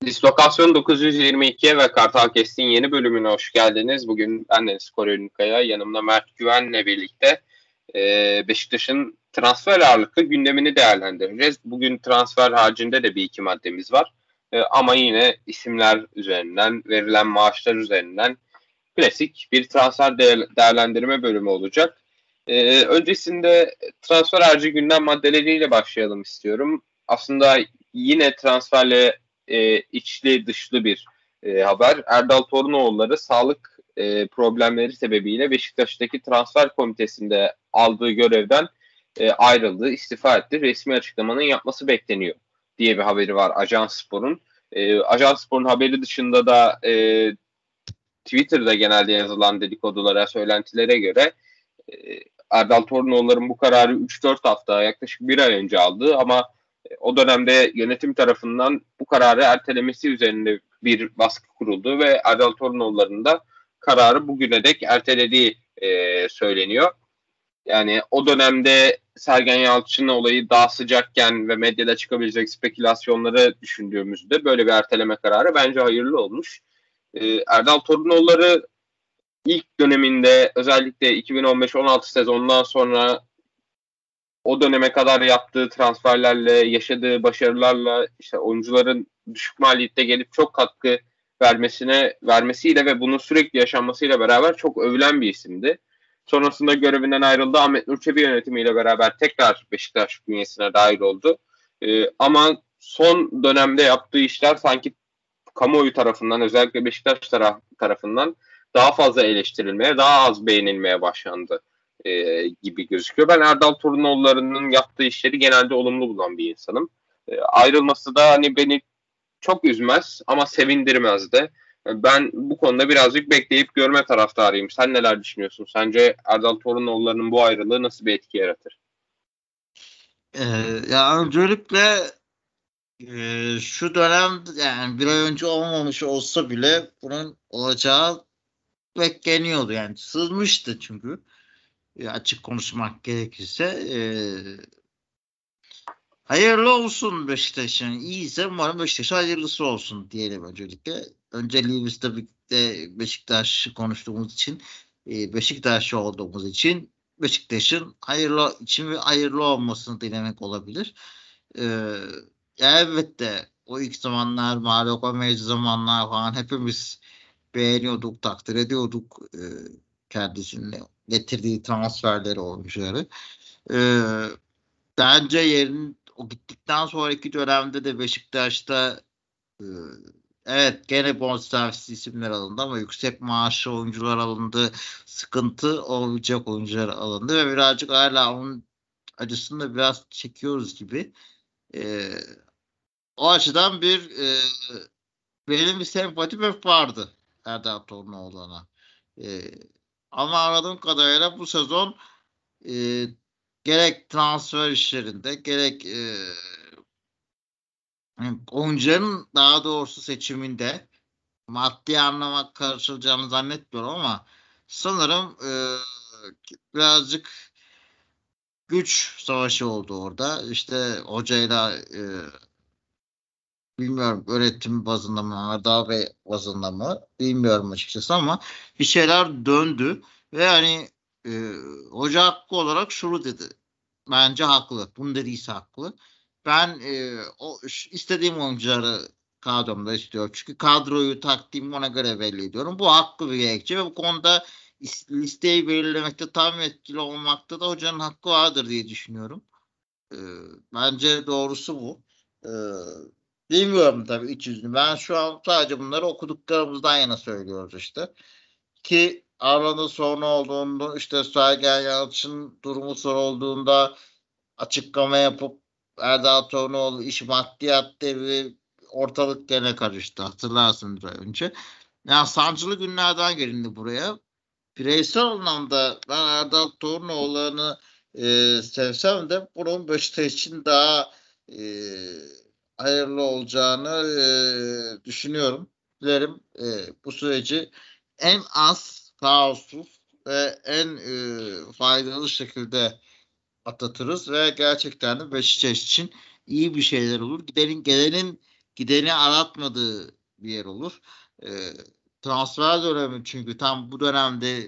Dislokasyon 922'ye ve Kartal Kestin yeni bölümüne hoş geldiniz. Bugün ben Deniz Korelinkaya, yanımda Mert Güven'le birlikte Beşiktaş'ın transfer ağırlıklı gündemini değerlendireceğiz. Bugün transfer haricinde de bir iki maddemiz var. Ama yine isimler üzerinden, verilen maaşlar üzerinden klasik bir transfer değerlendirme bölümü olacak. Öncesinde transfer harici gündem maddeleriyle başlayalım istiyorum. Aslında yine transferle içli dışlı bir haber. Erdal Torunoğulları sağlık problemleri sebebiyle Beşiktaş'taki transfer komitesinde aldığı görevden ayrıldı, istifa etti. Resmi açıklamanın yapması bekleniyor diye bir haberi var Ajansspor'un. Ajansspor'un haberi dışında da Twitter'da genelde yazılan dedikodulara, söylentilere göre Erdal Torunoğulları'nın bu kararı 3-4 hafta, yaklaşık bir ay önce aldığı ama o dönemde yönetim tarafından bu kararı ertelemesi üzerinde bir baskı kuruldu ve Erdal Torunoğulları'nın da kararı bugüne dek ertelediği söyleniyor. Yani o dönemde Sergen Yalçın olayı daha sıcakken ve medyada çıkabilecek spekülasyonları düşündüğümüzde böyle bir erteleme kararı bence hayırlı olmuş. Erdal Torunoğulları ilk döneminde özellikle 2015-16 sezonundan sonra o döneme kadar yaptığı transferlerle, yaşadığı başarılarla işte oyuncuların düşük maliyette gelip çok katkı vermesiyle ve bunun sürekli yaşanmasıyla beraber çok övülen bir isimdi. Sonrasında görevinden ayrıldı. Ahmet Nur Çebi yönetimiyle beraber tekrar Beşiktaş bünyesine dahil oldu. Ama son dönemde yaptığı işler sanki kamuoyu tarafından, özellikle Beşiktaş tarafından daha fazla eleştirilmeye, daha az beğenilmeye başlandı gibi gözüküyor. Ben Erdal Torunoğulları'nın yaptığı işleri genelde olumlu bulan bir insanım. Ayrılması da hani beni çok üzmez ama sevindirmez de. Ben bu konuda birazcık bekleyip görme taraftarıyım. Sen neler düşünüyorsun? Sence Erdal Torunoğulları'nın bu ayrılığı nasıl bir etki yaratır? Ya öncelikle şu dönem, yani bir ay önce olmamış olsa bile bunun olacağı bekleniyordu. Yani sızmıştı çünkü. Açık konuşmak gerekirse. Hayırlı olsun Beşiktaş'ın. İyiyse umarım Beşiktaş'a hayırlısı olsun diyelim öncelikle. Önceliğimiz tabii de Beşiktaş konuştuğumuz için, Beşiktaşlı olduğumuz için Beşiktaş'ın hayırlı için ve hayırlı olmasını dilemek olabilir. Elbette o ilk zamanlar, Mario Gomez zamanlar falan hepimiz beğeniyorduk, takdir ediyorduk kendisini getirdiği transferleri, oyuncuları. E, Bence o gittikten sonraki dönemde de Beşiktaş'ta e, evet gene bonservis isimler alındı ama yüksek maaşlı oyuncular alındı. Sıkıntı olacak oyuncular alındı ve birazcık hala onun acısını da biraz çekiyoruz gibi. E, O açıdan benim bir sempatim hep vardı Erdal Torinoğlu'na. E, Ama anladığım kadarıyla bu sezon e, gerek transfer işlerinde gerek oyuncuların daha doğrusu seçiminde maddi anlamak karşılayacağını zannetmiyorum ama sanırım birazcık güç savaşı oldu orada. İşte hocayla bilmiyorum, öğretim bazında mı, Arda Bey bazında mı bilmiyorum açıkçası ama bir şeyler döndü ve hani hoca hakkı olarak şunu dedi. Bence haklı. Bunu dediyse haklı. Ben istediğim oyuncuları kadromda istiyorum. Çünkü kadroyu, taktiğimi ona göre belli ediyorum. Bu haklı bir gerekçe ve bu konuda listeyi belirlemekte tam etkili olmakta da hocanın hakkı vardır diye düşünüyorum. E, Bence doğrusu bu. E, Bilmiyorum tabii iç yüzünü. Ben şu an sadece bunları okuduklarımızdan yana söylüyoruz işte. Ki arada sorun olduğunda, işte Sergen Yalçın durumu sorulduğunda açıklama yapıp Erdal Torinoğlu iş maddiyat devri, ortalık gene karıştı. Hatırlarsın bir ay önce. Yani sancılı günlerden gelindi buraya. Bireysel anlamda ben Erdal Torinoğlu'nu sevsem de bunun Beşiktaş için daha e, hayırlı olacağını düşünüyorum. Dilerim bu süreci en az kaossuz ve en faydalı şekilde atlatırız ve gerçekten de Beşiktaş için iyi bir şeyler olur. Gelenin gideni aratmadığı bir yer olur. Transfer dönemi çünkü tam bu dönemde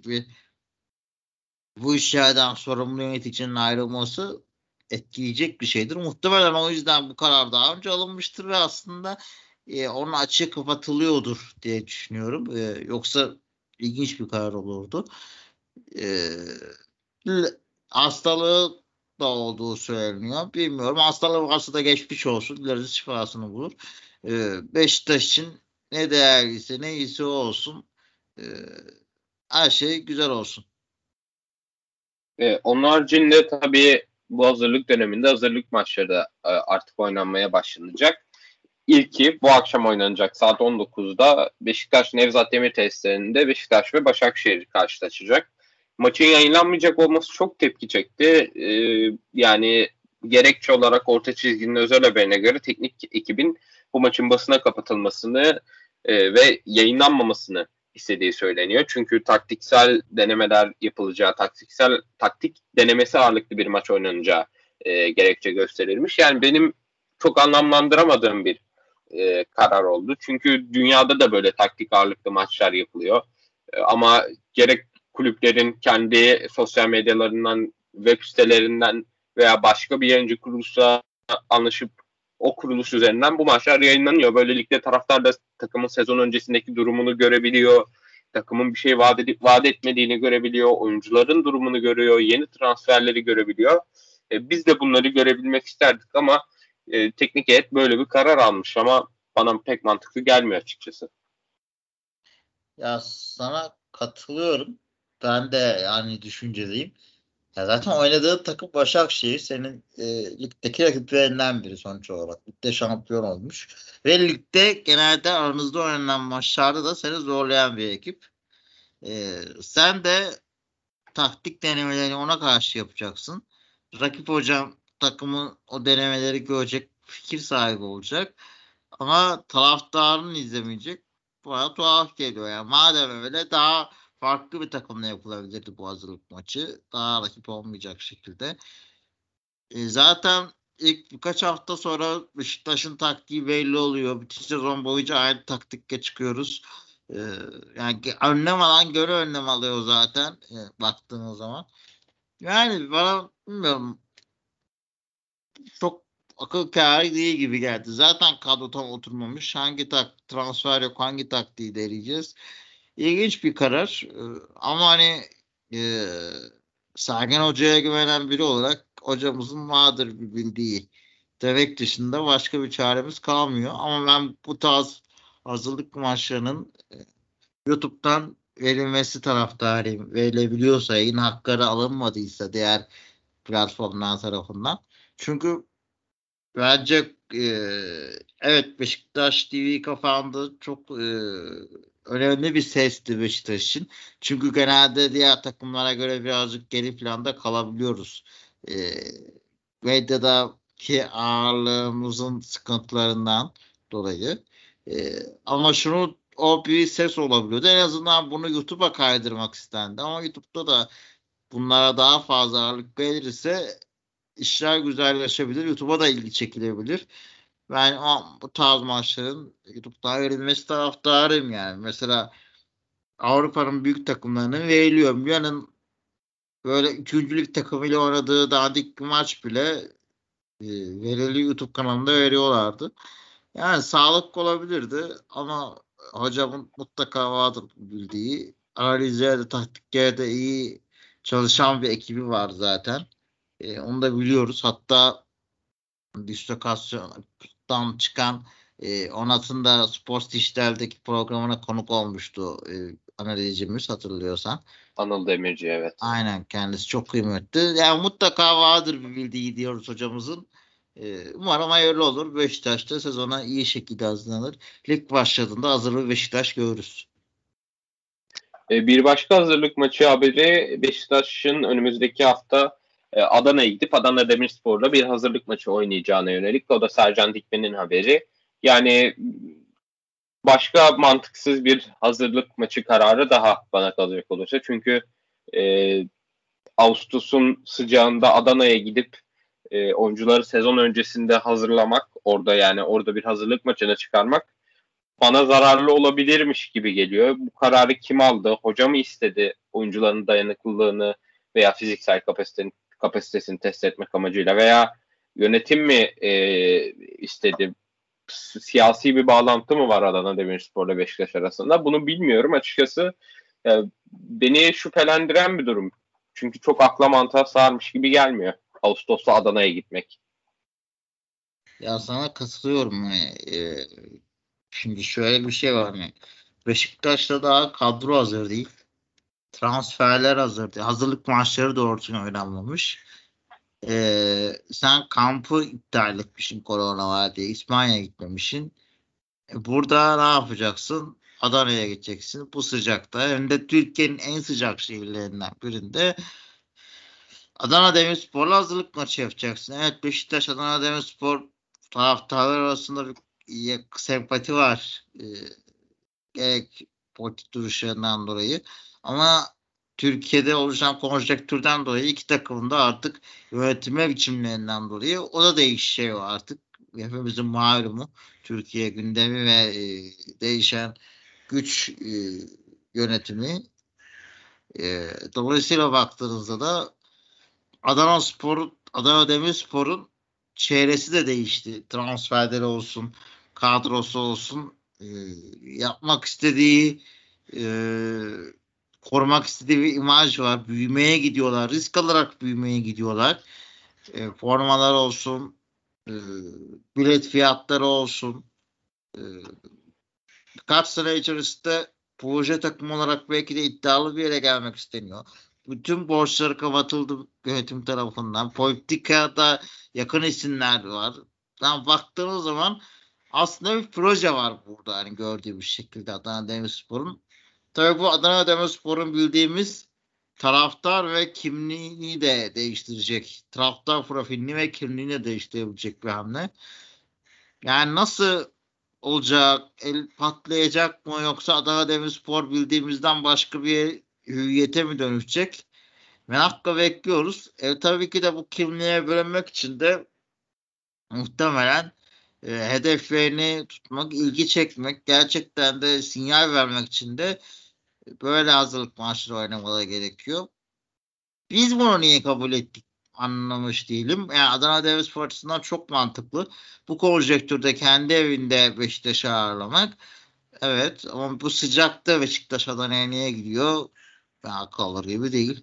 bu işlerden sorumlu yöneticinin ayrılması etkileyecek bir şeydir. Muhtemelen o yüzden bu karar daha önce alınmıştır ve aslında onun açığı kapatılıyordur diye düşünüyorum. Yoksa ilginç bir karar olurdu. E, Hastalığı da olduğu söyleniyor. Bilmiyorum. Hastalığı varsa da geçmiş olsun. İlerisi şifasını bulur. Beşiktaş için ne değerliyse ne iyisi olsun. E, Her şey güzel olsun. Onun haricinde tabii bu hazırlık döneminde hazırlık maçları da artık oynanmaya başlanacak. İlki bu akşam oynanacak saat 19'da Beşiktaş Nevzat Demir tesislerinde Beşiktaş ve Başakşehir karşılaşacak. Maçın yayınlanmayacak olması çok tepki çekti. Yani gerekçe olarak orta çizginin özel haberine göre teknik ekibin bu maçın basına kapatılmasını ve yayınlanmamasını istediği söyleniyor. Çünkü taktiksel denemeler yapılacağı, taktik denemesi ağırlıklı bir maç oynanacağı gerekçe gösterilmiş. Yani benim çok anlamlandıramadığım bir karar oldu. Çünkü dünyada da böyle taktik ağırlıklı maçlar yapılıyor. Ama gerek kulüplerin kendi sosyal medyalarından, web sitelerinden veya başka bir yayıncı kuruluşla anlaşıp o kuruluş üzerinden bu maçlar yayınlanıyor. Böylelikle taraftar da takımın sezon öncesindeki durumunu görebiliyor. Takımın bir şey vaat etmediğini görebiliyor. Oyuncuların durumunu görüyor. Yeni transferleri görebiliyor. Biz de bunları görebilmek isterdik ama teknik heyet böyle bir karar almış ama bana pek mantıklı gelmiyor açıkçası. Ya sana katılıyorum. Ben de yani düşünceliyim. Ya zaten oynadığı takım Başakşehir senin ligdeki rakiplerinden biri sonuç olarak. Ligde şampiyon olmuş. Ve ligde genelde aranızda oynanan maçlarda da seni zorlayan bir ekip. Sen de taktik denemelerini ona karşı yapacaksın. Rakip hocam takımın o denemeleri görecek, fikir sahibi olacak. Ama taraftarın izlemeyecek. Bana tuhaf geliyor. Yani madem öyle daha farklı bir takımla yapılabilirdi bu hazırlık maçı. Daha rakip olmayacak şekilde. Zaten ilk birkaç hafta sonra Beşiktaş'ın taktiği belli oluyor. Bütün sezon boyunca aynı taktikle çıkıyoruz. Yani önlem alan göre önlem alıyor zaten baktığın zaman. Yani bana bilmiyorum çok akıl kârı değil gibi geldi. Zaten kadro tam oturmamış. Hangi transfer yok, hangi taktiği deneyeceğiz? İlginç bir karar. Ama hani e, Sergen Hoca'ya güvenen biri olarak hocamızın vardır bir bildiği demek dışında başka bir çaremiz kalmıyor. Ama ben bu tarz hazırlık maçlarının YouTube'dan verilmesi taraftarıyım. Verilebiliyorsa, yayın hakları alınmadıysa diğer platformlar tarafından. Çünkü bence evet Beşiktaş TV kapandı. Çok önemli bir sesti Beşiktaş için. Çünkü genelde diğer takımlara göre birazcık geri planda kalabiliyoruz. E, Medyadaki ağırlığımızın sıkıntılarından dolayı. Ama o bir ses olabiliyordu. En azından bunu YouTube'a kaydırmak istendi. Ama YouTube'da da bunlara daha fazla ağırlık verilirse işler güzelleşebilir. YouTube'a da ilgi çekilebilir. Ben bu tarz maçların YouTube'da verilmesi taraftarıyım yani. Mesela Avrupa'nın büyük takımlarının veriliyor. Milan'ın böyle üçüncülük takımıyla oynadığı dandik bir maç bile verili YouTube kanalında veriyorlardı. Yani sağlıklı olabilirdi ama hocamın mutlaka vardır bildiği. Analizlerde, taktiklerde iyi çalışan bir ekibi var zaten. Onu da biliyoruz. Hatta Dislokasyon'dan çıkan Onat'ın da Sports Dijital'deki programına konuk olmuştu analizcimiz hatırlıyorsan. Anıl Demirci, evet. Aynen, kendisi çok kıymetli. Yani mutlaka vardır bir bildiği diyoruz hocamızın. Umarım hayırlı olur. Beşiktaş'ta sezona iyi şekilde hazırlanır. Lig başladığında hazır bir Beşiktaş görürüz. Bir başka hazırlık maçı haberi Beşiktaş'ın önümüzdeki hafta Adana'ya gidip Adana Demirspor'la bir hazırlık maçı oynayacağına yönelik. O da Sercan Dikmen'in haberi. Yani başka mantıksız bir hazırlık maçı kararı daha bana kalacak olursa. Çünkü Ağustos'un sıcağında Adana'ya gidip oyuncuları sezon öncesinde hazırlamak, orada bir hazırlık maçına çıkarmak bana zararlı olabilirmiş gibi geliyor. Bu kararı kim aldı? Hoca mı istedi oyuncuların dayanıklılığını veya fiziksel kapasitesini test etmek amacıyla, veya yönetim mi istedi? Siyasi bir bağlantı mı var Adana Demirspor'la Beşiktaş arasında? Bunu bilmiyorum açıkçası. Beni şüphelendiren bir durum. Çünkü çok akla mantığa sığarmış gibi gelmiyor Ağustos'ta Adana'ya gitmek. Ya sana katılıyorum. Şimdi şöyle bir şey var. Beşiktaş'ta daha kadro hazır değil. Transferler hazır değil. Hazırlık maçları doğru düzgün oynanmamış. Sen kampı iptal etmişsin korona var diye. İspanya'ya gitmemişsin. Burada ne yapacaksın? Adana'ya gideceksin. Bu sıcakta. Hem de Türkiye'nin en sıcak şehirlerinden birinde Adana Demirspor'la hazırlık maçı yapacaksın. Evet, Beşiktaş Adana Demirspor taraftarlar arasında bir sempati var. Gerek politik duruşlarından dolayı. Ama Türkiye'de oluşan konjonktürden dolayı iki takımın da artık yönetme biçimlerinden dolayı o da değişiyor artık. Hepimizin malumu Türkiye gündemi ve değişen güç yönetimi. Dolayısıyla baktığınızda da Adana Demirspor'un çevresi de değişti. Transferleri olsun, kadrosu olsun, yapmak istediği, e, korumak istediği bir imaj var. Büyümeye gidiyorlar. Risk alarak büyümeye gidiyorlar. Formalar olsun, e, bilet fiyatları olsun. E, Birkaç sene içerisinde proje takım olarak belki de iddialı bir yere gelmek isteniyor. Bütün borçları kapatıldı yönetim tarafından. Politikada yakın isimler var. Yani baktığınız zaman aslında bir proje var burada. Hani gördüğümüz şekilde Adana Demirspor'un. Tabii bu Adana Demirspor'un bildiğimiz taraftar ve kimliğini de değiştirecek. Taraftar profilini ve kimliğini de değiştirebilecek bir hamle. Yani nasıl olacak? El patlayacak mı, yoksa Adana Demirspor bildiğimizden başka bir hüviyete mi dönüşecek? Merakla bekliyoruz. Tabii ki de bu kimliğe bölünmek için de muhtemelen hedeflerini tutmak, ilgi çekmek, gerçekten de sinyal vermek için de böyle hazırlık maçları oynamaları gerekiyor. Biz bunu niye kabul ettik anlamış değilim. Yani Adana Demirspor açısından çok mantıklı. Bu konjektürde kendi evinde Beşiktaş'ı ağırlamak. Evet, ama bu sıcakta Beşiktaş Adana'ya niye gidiyor? Ben akıl alır gibi değil.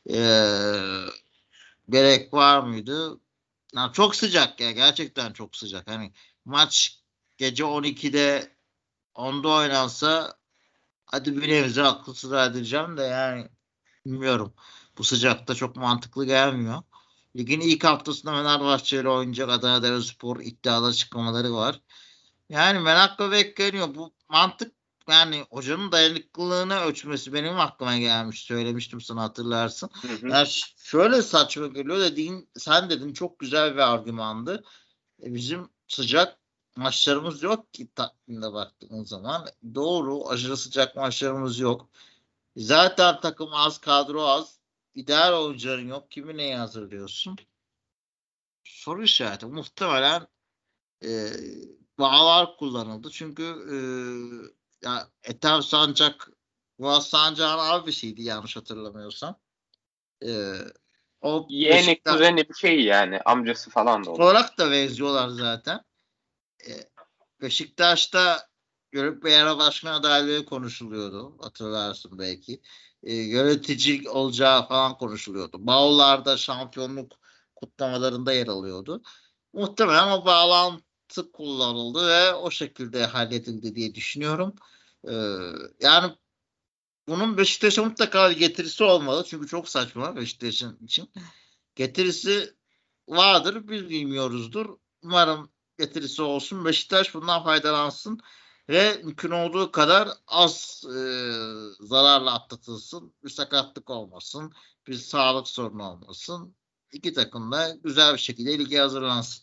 Gerek var mıydı? Ya çok sıcak ya. Gerçekten çok sıcak. Hani maç gece 12'de 10'da oynansa hadi bir nebze akıl sıra edeceğim de, yani bilmiyorum. Bu sıcakta çok mantıklı gelmiyor. Ligin ilk haftasında Fenerbahçe ile oynayacak Adana Demirspor iddialı açıklamaları var. Yani merakla bekleniyor. Bu mantık, yani hocanın dayanıklılığını ölçmesi benim aklıma gelmiş. Söylemiştim sana, hatırlarsın. Hı hı. Yani şöyle saçma geliyor dediğin, sen dedin, çok güzel bir argümandı. Bizim sıcak maçlarımız yok ki takvimde baktığımız zaman. Doğru, aşırı sıcak maçlarımız yok. Zaten takım az, kadro az. İdeal oyuncuların yok. Kimi neye hazırlıyorsun? Soru işareti. Muhtemelen e, bağlar kullanıldı. Çünkü ya Ethem Sancak, Murat Sancak'ın abisiydi yanlış hatırlamıyorsam. E, O Yeğeni, Beşiktaş kuzeni bir şey yani. Amcası falan da olur. olarak da benziyorlar zaten. E, Beşiktaş'ta Yörük Beyara Başkan adaylığı konuşuluyordu. Hatırlarsın belki. Yönetici olacağı falan konuşuluyordu. Bağlar'da şampiyonluk kutlamalarında yer alıyordu. Muhtemelen o bağlantı kullanıldı ve o şekilde halledildi diye düşünüyorum. Ee, Yani bunun Beşiktaş'a mutlaka getirisi olmalı. Çünkü çok saçma Beşiktaş'ın için. Getirisi vardır, biz bilmiyoruzdur. Umarım getirisi olsun. Beşiktaş bundan faydalansın ve mümkün olduğu kadar az zararla atlatılsın. Bir sakatlık olmasın. Bir sağlık sorunu olmasın. İki takım da güzel bir şekilde lige hazırlansın.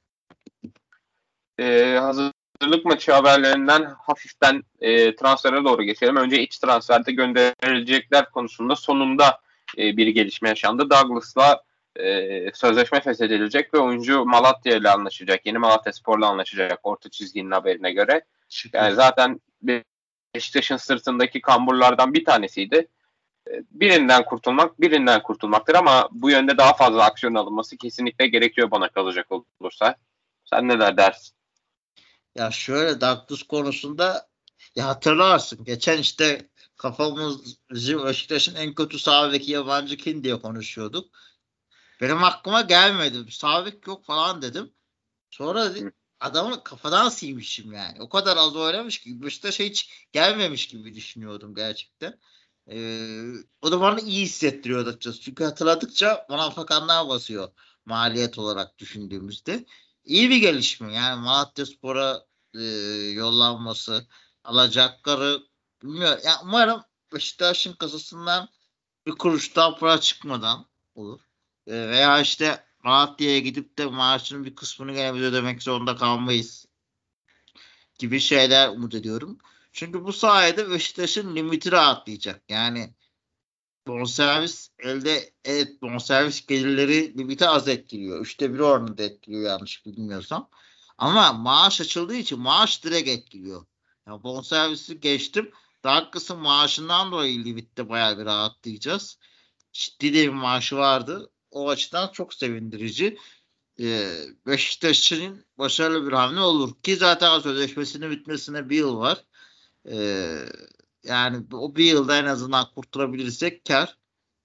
Hazırlık maçı haberlerinden hafiften transfere doğru geçelim. Önce iç transferde gönderilecekler konusunda sonunda bir gelişme yaşandı. Douglas'la sözleşme feshedilecek ve oyuncu Malatya ile anlaşacak. Yeni Malatyaspor'la anlaşacak orta çizginin haberine göre. Yani zaten Beşiktaş'ın sırtındaki kamburlardan bir tanesiydi. Birinden kurtulmaktır ama bu yönde daha fazla aksiyon alınması kesinlikle gerekiyor bana kalacak olursa. Sen neler dersin? Ya şöyle Douglas konusunda ya hatırlarsın. Geçen işte kafamızı Beşiktaş'ın en kötü sağ beki yabancı kim diye konuşuyorduk. Benim aklıma gelmedi. Sağ bek yok falan dedim. Sonra adamı kafadan silmişim yani. O kadar az oynamış ki Beşiktaş'a hiç gelmemiş gibi düşünüyordum gerçekten. O da bana iyi hissettiriyor açıkçası. Çünkü hatırladıkça bana fakanlar basıyor maliyet olarak düşündüğümüzde. İyi bir gelişme. Yani Malatyaspor'a yollanması, alacakları bilmiyorum. Yani umarım Beşiktaş'ın kasasından bir kuruş daha para çıkmadan olur. Veya işte Malatya'ya gidip de maaşının bir kısmını gene biz ödemek zorunda kalmayız gibi şeyler umut ediyorum. Çünkü bu sayede Beşiktaş'ın limiti rahatlayacak. Yani bonservis gelirleri limiti az etkiliyor. 1/3 oranında etkiliyor yanlış bilmiyorsam. Ama maaş açıldığı için maaş direkt etkiliyor. Yani bonservisi geçtim. Daha kısım maaşından dolayı limitte bayağı bir rahatlayacağız. Ciddi de bir maaşı vardı. O açıdan çok sevindirici. Beşiktaş'ın başarılı bir hamle olur ki zaten sözleşmesinin bitmesine bir yıl var. Ee, Yani o bir yılda en azından kurtarabilirsek kar.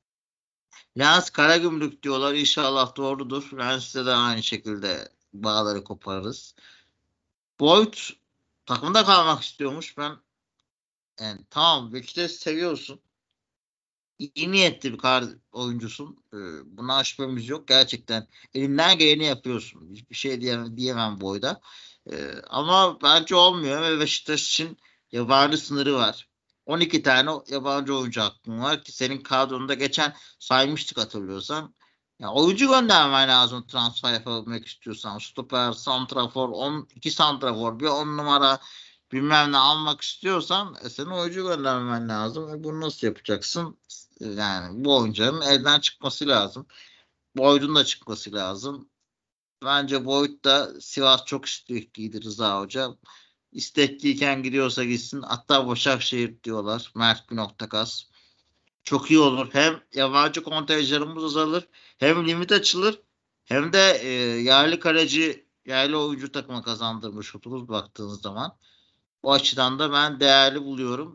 Lens Karagümrük diyorlar. İnşallah doğrudur. Lens'te de aynı şekilde bağları koparırız. Boyd takımda kalmak istiyormuş. Ben yani tamam Beşiktaş'ı seviyorsun. İyi niyetli bir oyuncusun. Buna şüphemiz yok. Gerçekten elinden geleni yapıyorsun. Hiçbir şey diyemem Boyda. Ama bence olmuyor ve Beşiktaş için yabancı sınırı var. 12 tane yabancı oyuncu hakkın var ki senin kadronda geçen saymıştık hatırlıyorsan. Ya oyuncu göndermen lazım transfer yapabilmek istiyorsan. Stoper, santrafor, 12 santrafor, bir 10 numara bilmem ne almak istiyorsan senin oyuncu göndermen lazım. Bunu nasıl yapacaksın? Yani bu oyuncuların elden çıkması lazım. Boyd'un da çıkması lazım. Bence Boyd da Sivas çok istekliydi Rıza Hoca. İstekliyken gidiyorsa gitsin. Hatta Başakşehir diyorlar. Mert Günoktakas. Çok iyi olur. Hem yabancı kontenjanımız azalır. Hem limit açılır. Hem de yerli kaleci, yerli oyuncu takıma kazandırmış oluruz baktığınız zaman. O açıdan da ben değerli buluyorum.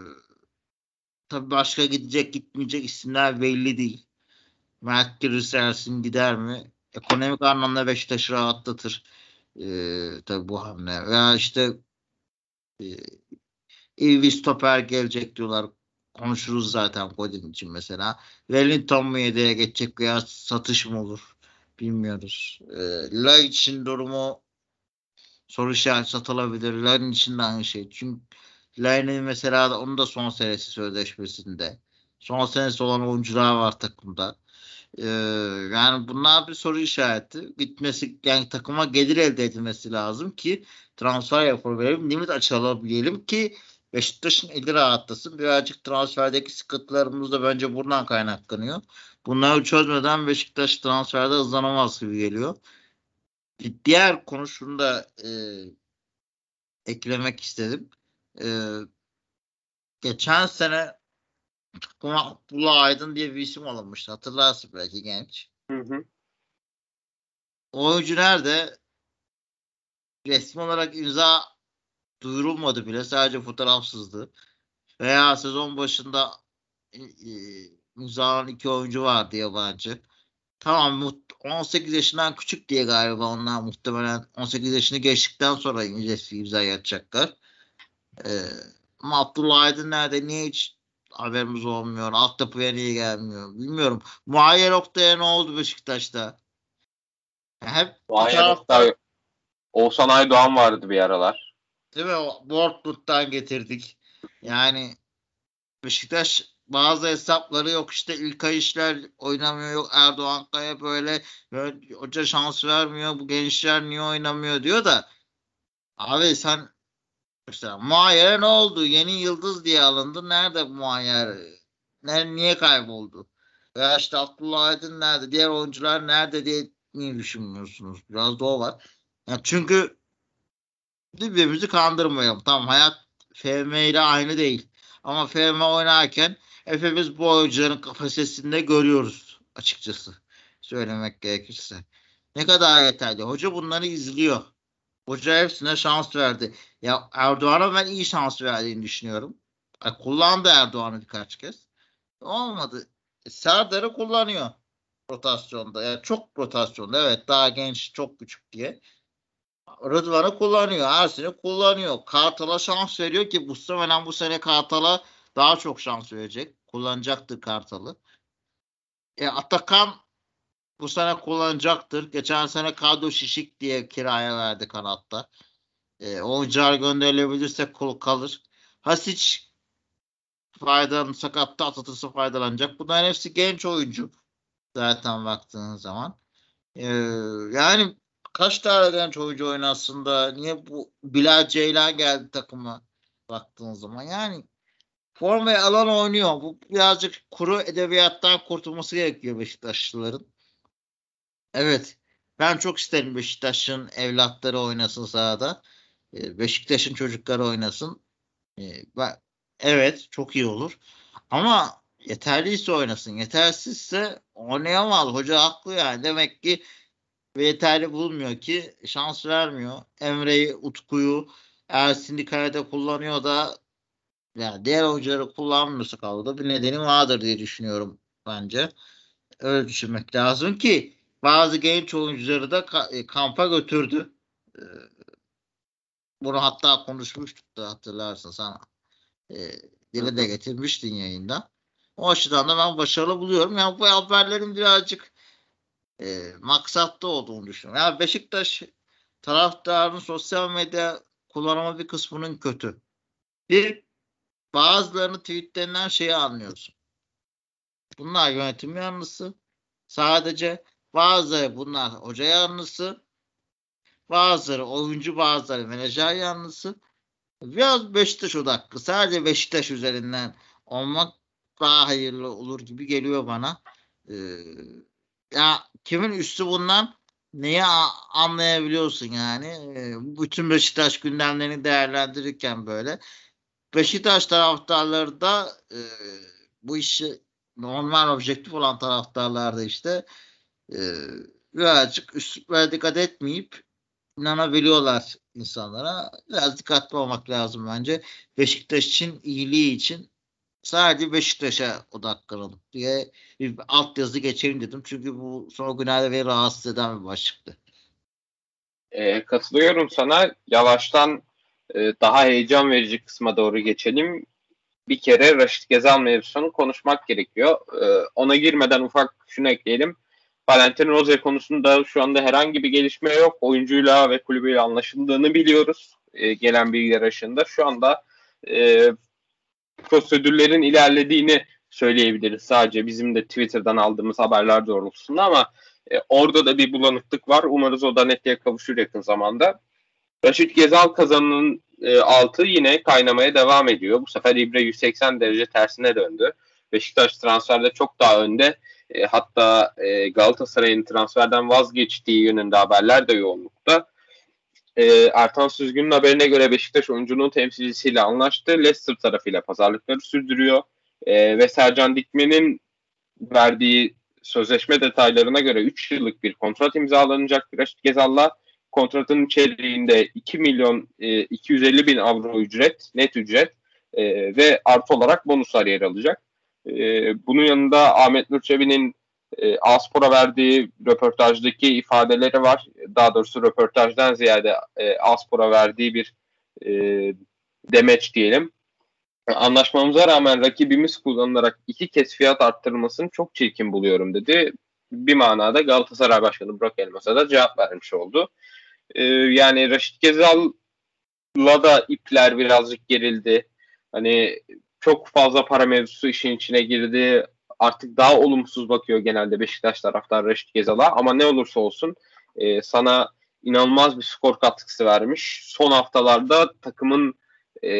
Tabii başka gidecek gitmeyecek isimler belli değil. Mert gelirse Ersin gider mi? Ekonomik anlamda Beşiktaş'ı rahatlatır. Tabii bu hamle. Veya işte e, iyi bir stoper gelecek diyorlar. Konuşuruz zaten Godin için mesela. Wellington mu yedeğe geçecek veya satış mı olur? Bilmiyoruz. Lay için durumu soru işareti satılabilir. Lay'ın için de aynı şey. Çünkü Lay'ın mesela onun da son senesi sözleşmesinde. Son senesi olan oyuncular var takımda. Ee, Yani bunlar bir soru işareti. Gitmesi yani takıma gelir elde edilmesi lazım ki transfer yapabilelim. Limit açılabilelim ki Beşiktaş'ın eli rahatlasın. Birazcık transferdeki sıkıntılarımız da bence buradan kaynaklanıyor. Bunları çözmeden Beşiktaş transferde hızlanamaz gibi geliyor. Diğer konu şunu da eklemek istedim. Ee, Geçen sene aklıma Abdullah Aydın diye bir isim alınmıştı. Hatırlarsın belki genç. Hı hı. Oyuncu nerede? Resmi olarak imza duyurulmadı bile. Sadece fotoğrafsızdı. Veya sezon başında imzalanan 2 oyuncu vardı yabancı. Tamam 18 yaşından küçük diye galiba onlar muhtemelen 18 yaşını geçtikten sonra resmi imza atacaklar. Ee, Ama Abdullah Aydın nerede? Niye hiç haberimiz olmuyor? Altyapıya niye gelmiyor? Bilmiyorum. Muayyer Oktay'a ne oldu Beşiktaş'ta? Hep bir Muayyer taraftan Oktay, Oğuzhan Aydoğan vardı bir aralar. değil mi? Dortmund'dan getirdik. Yani Beşiktaş bazı hesapları yok işte İlkay İşler oynamıyor yok Erdoğan Kaya böyle hoca şans vermiyor bu gençler niye oynamıyor diyor da abi sen mesela Muayyer ne oldu? Yeni yıldız diye alındı. Nerede Muayyer? Niye kayboldu? Veya işte Abdullah Aydın nerede? Diğer oyuncular nerede diye niye düşünmüyorsunuz? Biraz da o var. Yani çünkü birbirimizi kandırmayalım. Tamam, hayat FM ile aynı değil. Ama FM oynarken hepimiz bu oyuncuların kapasitesinde görüyoruz açıkçası. Söylemek gerekirse. Ne kadar yeterli. Hoca bunları izliyor. Hoca hepsine şans verdi. Ya Erdoğan'a ben iyi şans verdiğini düşünüyorum. Kullandı Erdoğan'ı birkaç kez. Olmadı. Serdar'ı kullanıyor rotasyonda. Yani çok rotasyonda. Evet, daha genç, çok küçük diye. Rıdvan'ı kullanıyor. Ersin'i kullanıyor. Kartal'a şans veriyor ki muhtemelen bu sene Kartal'a daha çok şans verecek. Kullanacaktır Kartal'ı. Atakan bu sene kullanacaktır. Geçen sene kadro şişik diye kiraya verdi kanatta. Oyuncular gönderilebilirse kalır. Hasic sakatta atlatırsa faydalanacak. Bunların hepsi genç oyuncu. Zaten baktığın zaman. Ee, Yani kaç tane genç oyuncu oynasın da niye bu Bilal Ceylan geldi takıma baktığın zaman. Yani formayı alan oynuyor. Bu birazcık kuru edebiyattan kurtulması gerekiyor Beşiktaşlıların. Evet. Ben çok isterim Beşiktaş'ın evlatları oynasın sahada. Beşiktaş'ın çocukları oynasın. Ben, evet, çok iyi olur. Ama yeterliyse oynasın. Yetersizse oynayamaz. Hoca haklı yani. Demek ki yeterli bulmuyor ki şans vermiyor. Emre'yi, Utku'yu Ersin'i kalede kullanıyor da yani diğer oyuncuları kullanmıyorsa kaldı. Bir nedeni vardır diye düşünüyorum bence. Öyle düşünmek lazım ki bazı genç oyuncuları da kampa götürdü. E, Bunu hatta konuşmuştuk da hatırlarsın sana. E, Hı Dile de hı. getirmiştin yayında. O açıdan da ben başarılı buluyorum. Yani bu haberlerin birazcık maksatlı olduğunu düşünüyorum. Yani Beşiktaş taraftarının sosyal medya kullanımı bir kısmının kötü. Bir, bazılarını tweetlerinden şeyi anlıyorsun. Bunlar yönetim yanlısı. Sadece bazıları bunlar hoca yanlısı. Bazıları oyuncu, bazıları menajer yanlısı. Biraz Beşiktaş odaklı. Sadece Beşiktaş üzerinden olmak daha hayırlı olur gibi geliyor bana. Ee, Ya kimin üstü bundan neyi anlayabiliyorsun yani. Bütün Beşiktaş gündemlerini değerlendirirken böyle. Beşiktaş taraftarları da bu işi normal objektif olan taraftarlar da işte e, birazcık üstlüklere dikkat etmeyip inanabiliyorlar insanlara. Biraz dikkatli olmak lazım bence. Beşiktaş için, iyiliği için sadece Beşiktaş'a odaklanalım diye bir alt yazı geçelim dedim. Çünkü bu son günlerde beni rahatsız eden bir başlıktı. Katılıyorum sana. Yavaştan daha heyecan verici kısma doğru geçelim. Bir kere Raşit Gezal mevzusunu konuşmak gerekiyor. Ona girmeden ufak şunu ekleyelim. Valentin Rose konusunda şu anda herhangi bir gelişme yok. Oyuncuyla ve kulübüyle anlaşıldığını biliyoruz. Gelen bilgiler arasında. Şu anda prosedürlerin ilerlediğini söyleyebiliriz. Sadece bizim de Twitter'dan aldığımız haberler doğrultusunda ama orada da bir bulanıklık var. Umarız o da netliğe kavuşur yakın zamanda. Raşit Gezal kazanının altı yine kaynamaya devam ediyor. Bu sefer İbre 180 derece tersine döndü. Beşiktaş transferde çok daha önde. Hatta Galatasaray'ın transferden vazgeçtiği yönünde haberler de yoğunlukta. Ertan Süzgün'ün haberine göre Beşiktaş oyuncunun temsilcisiyle anlaştı. Leicester tarafıyla pazarlıkları sürdürüyor. Ve Sercan Dikmen'in verdiği sözleşme detaylarına göre 3 yıllık bir kontrat imzalanacak Raşit Gezal'la. Kontratın içeriğinde 2 milyon 250 bin avro ücret, net ücret ve artı olarak bonuslar yer alacak. Bunun yanında Ahmet Nur Çebi'nin Aspor'a verdiği röportajdaki ifadeleri var. Daha doğrusu röportajdan ziyade Aspor'a verdiği bir e, demeç diyelim. Anlaşmamıza rağmen rakibimiz kullanılarak 2 kez fiyat arttırılmasını çok çirkin buluyorum dedi. Bir manada Galatasaray Başkanı Burak Elmas'a da cevap vermiş oldu. Yani Raşit Gezal'la da ipler birazcık gerildi. Hani çok fazla para mevzusu işin içine girdi. Artık daha olumsuz bakıyor genelde Beşiktaş taraftar Raşit Gezal'a. Ama ne olursa olsun sana inanılmaz bir skor katkısı vermiş. Son haftalarda takımın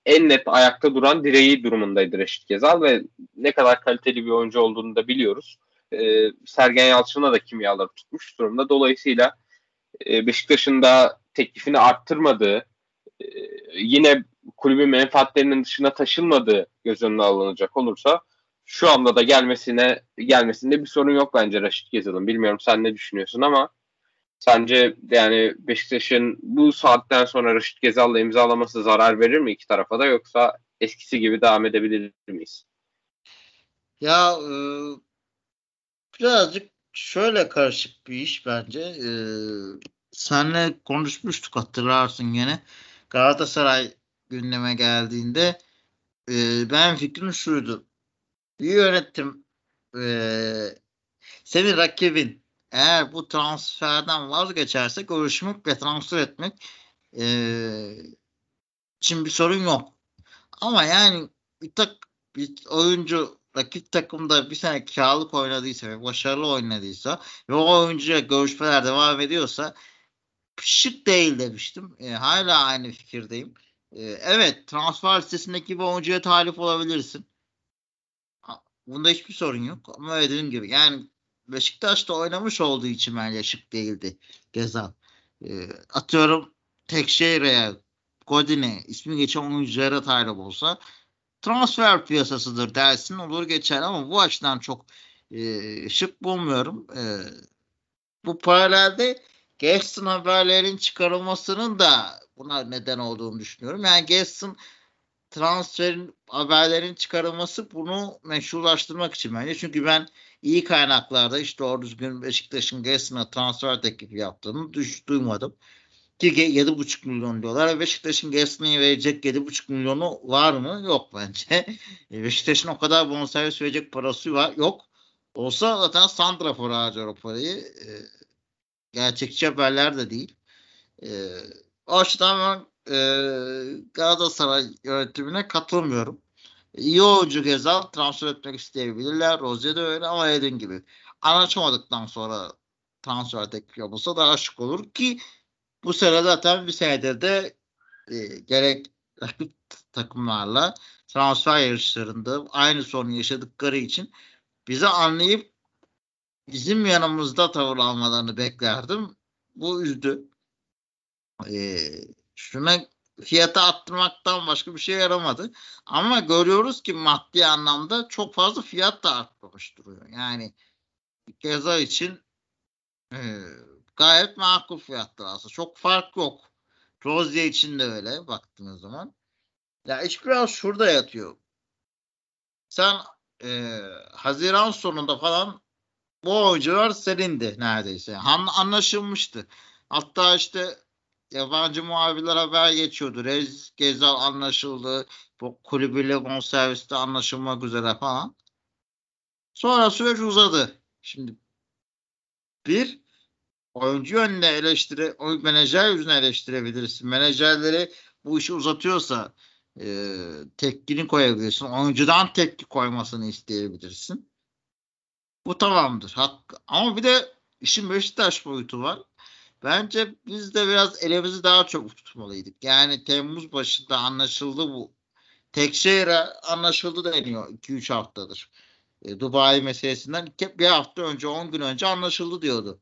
en net ayakta duran direği durumundaydı Reşit Gezal ve ne kadar kaliteli bir oyuncu olduğunu da biliyoruz. Sergen Yalçın'a da kimyaları tutmuş durumda. Dolayısıyla Beşiktaş'ın da teklifini arttırmadığı, yine kulübün menfaatlerinin dışına taşınmadığı göz önüne alınacak olursa şu anda da gelmesinde bir sorun yok bence Reşit Gezal'ın. Bilmiyorum sen ne düşünüyorsun ama sence yani Beşiktaş'ın bu saatten sonra Reşit Gezal'la imzalaması zarar verir mi iki tarafa da, yoksa eskisi gibi devam edebilir miyiz? Ya birazcık şöyle karışık bir iş bence. Senle konuşmuştuk hatırlarsın gene. Galatasaray gündeme geldiğinde ben fikrim şuydu. Bir yönetim senin rakibin eğer bu transferden vazgeçerse görüşmek ve transfer etmek için bir sorun yok. Ama yani bir oyuncu rakip takımda bir sene kiralık oynadıysa ve başarılı oynadıysa ve o oyuncuya görüşmeler devam ediyorsa şık değil demiştim. Hala aynı fikirdeyim. Evet, transfer listesindeki bir oyuncuya talip olabilirsin. Bunda hiçbir sorun yok. Ama dediğim gibi yani Beşiktaş'ta oynamış olduğu için bence şık değildi Gezal. Atıyorum Tekşehir'e, Godine ismi geçen oyunculara talip olsa transfer piyasasıdır dersin, olur geçer, ama bu açıdan çok şık bulmuyorum. Bu paralelde Gaston haberlerin çıkarılmasının da buna neden olduğunu düşünüyorum. Yani Gaston transferin haberlerin çıkarılması bunu meşrulaştırmak için bence. Çünkü ben iyi kaynaklarda işte doğru düzgün Beşiktaş'ın Gaston'a transfer teklifi yaptığını duymadım. Ki 7,5 milyon diyorlar ve Beşiktaş'ın Gaston'a verecek 7,5 milyonu var mı? Yok bence. Beşiktaş'ın o kadar bonservis verecek parası var. Yok. Olsa zaten Santrafor harcar o parayı. Gerçekçi haberler de değil. E, O açıdan ben Galatasaray yönetimine katılmıyorum. İyi oyuncu Gezal transfer etmek isteyebilirler. Rozier de öyle, ama dediğim gibi anlaşamadıktan sonra transfer teklifi yapılsa daha şık olur ki bu sene zaten bir senedir de gerek rakip takımlarla transfer yarışlarında aynı sorunu yaşadıkları için bizi anlayıp bizim yanımızda tavır almalarını beklerdim. Bu üzdü. E, Şuna fiyatı arttırmaktan başka bir şey yaramadı. Ama görüyoruz ki maddi anlamda çok fazla fiyat da artmamış duruyor. Yani Geza için e, gayet makul fiyatlar aslında. Çok fark yok. Rozier için de öyle baktığınız zaman. Ya iş biraz şurada yatıyor. Sen Haziran sonunda falan bu oyuncular serindi neredeyse. Anlaşılmıştı. Hatta işte yabancı muhabirler haber geçiyordu. Gezal anlaşıldı. Bu kulübüyle bonserviste anlaşılmak üzere falan. Sonra süreç uzadı. Şimdi bir oyuncu yönüne menajer yüzüne eleştirebilirsin. Menajerleri bu işi uzatıyorsa tepkini koyabilirsin. Oyuncudan tepki koymasını isteyebilirsin. Bu tamamdır. Ama bir de işin Beşiktaş boyutu var. Bence biz de biraz elimizi daha çok tutmalıydık. Yani Temmuz başında anlaşıldı bu. Tekşehir'e anlaşıldı deniyor 2-3 haftadır. Dubai meselesinden bir hafta önce 10 gün önce anlaşıldı diyordu.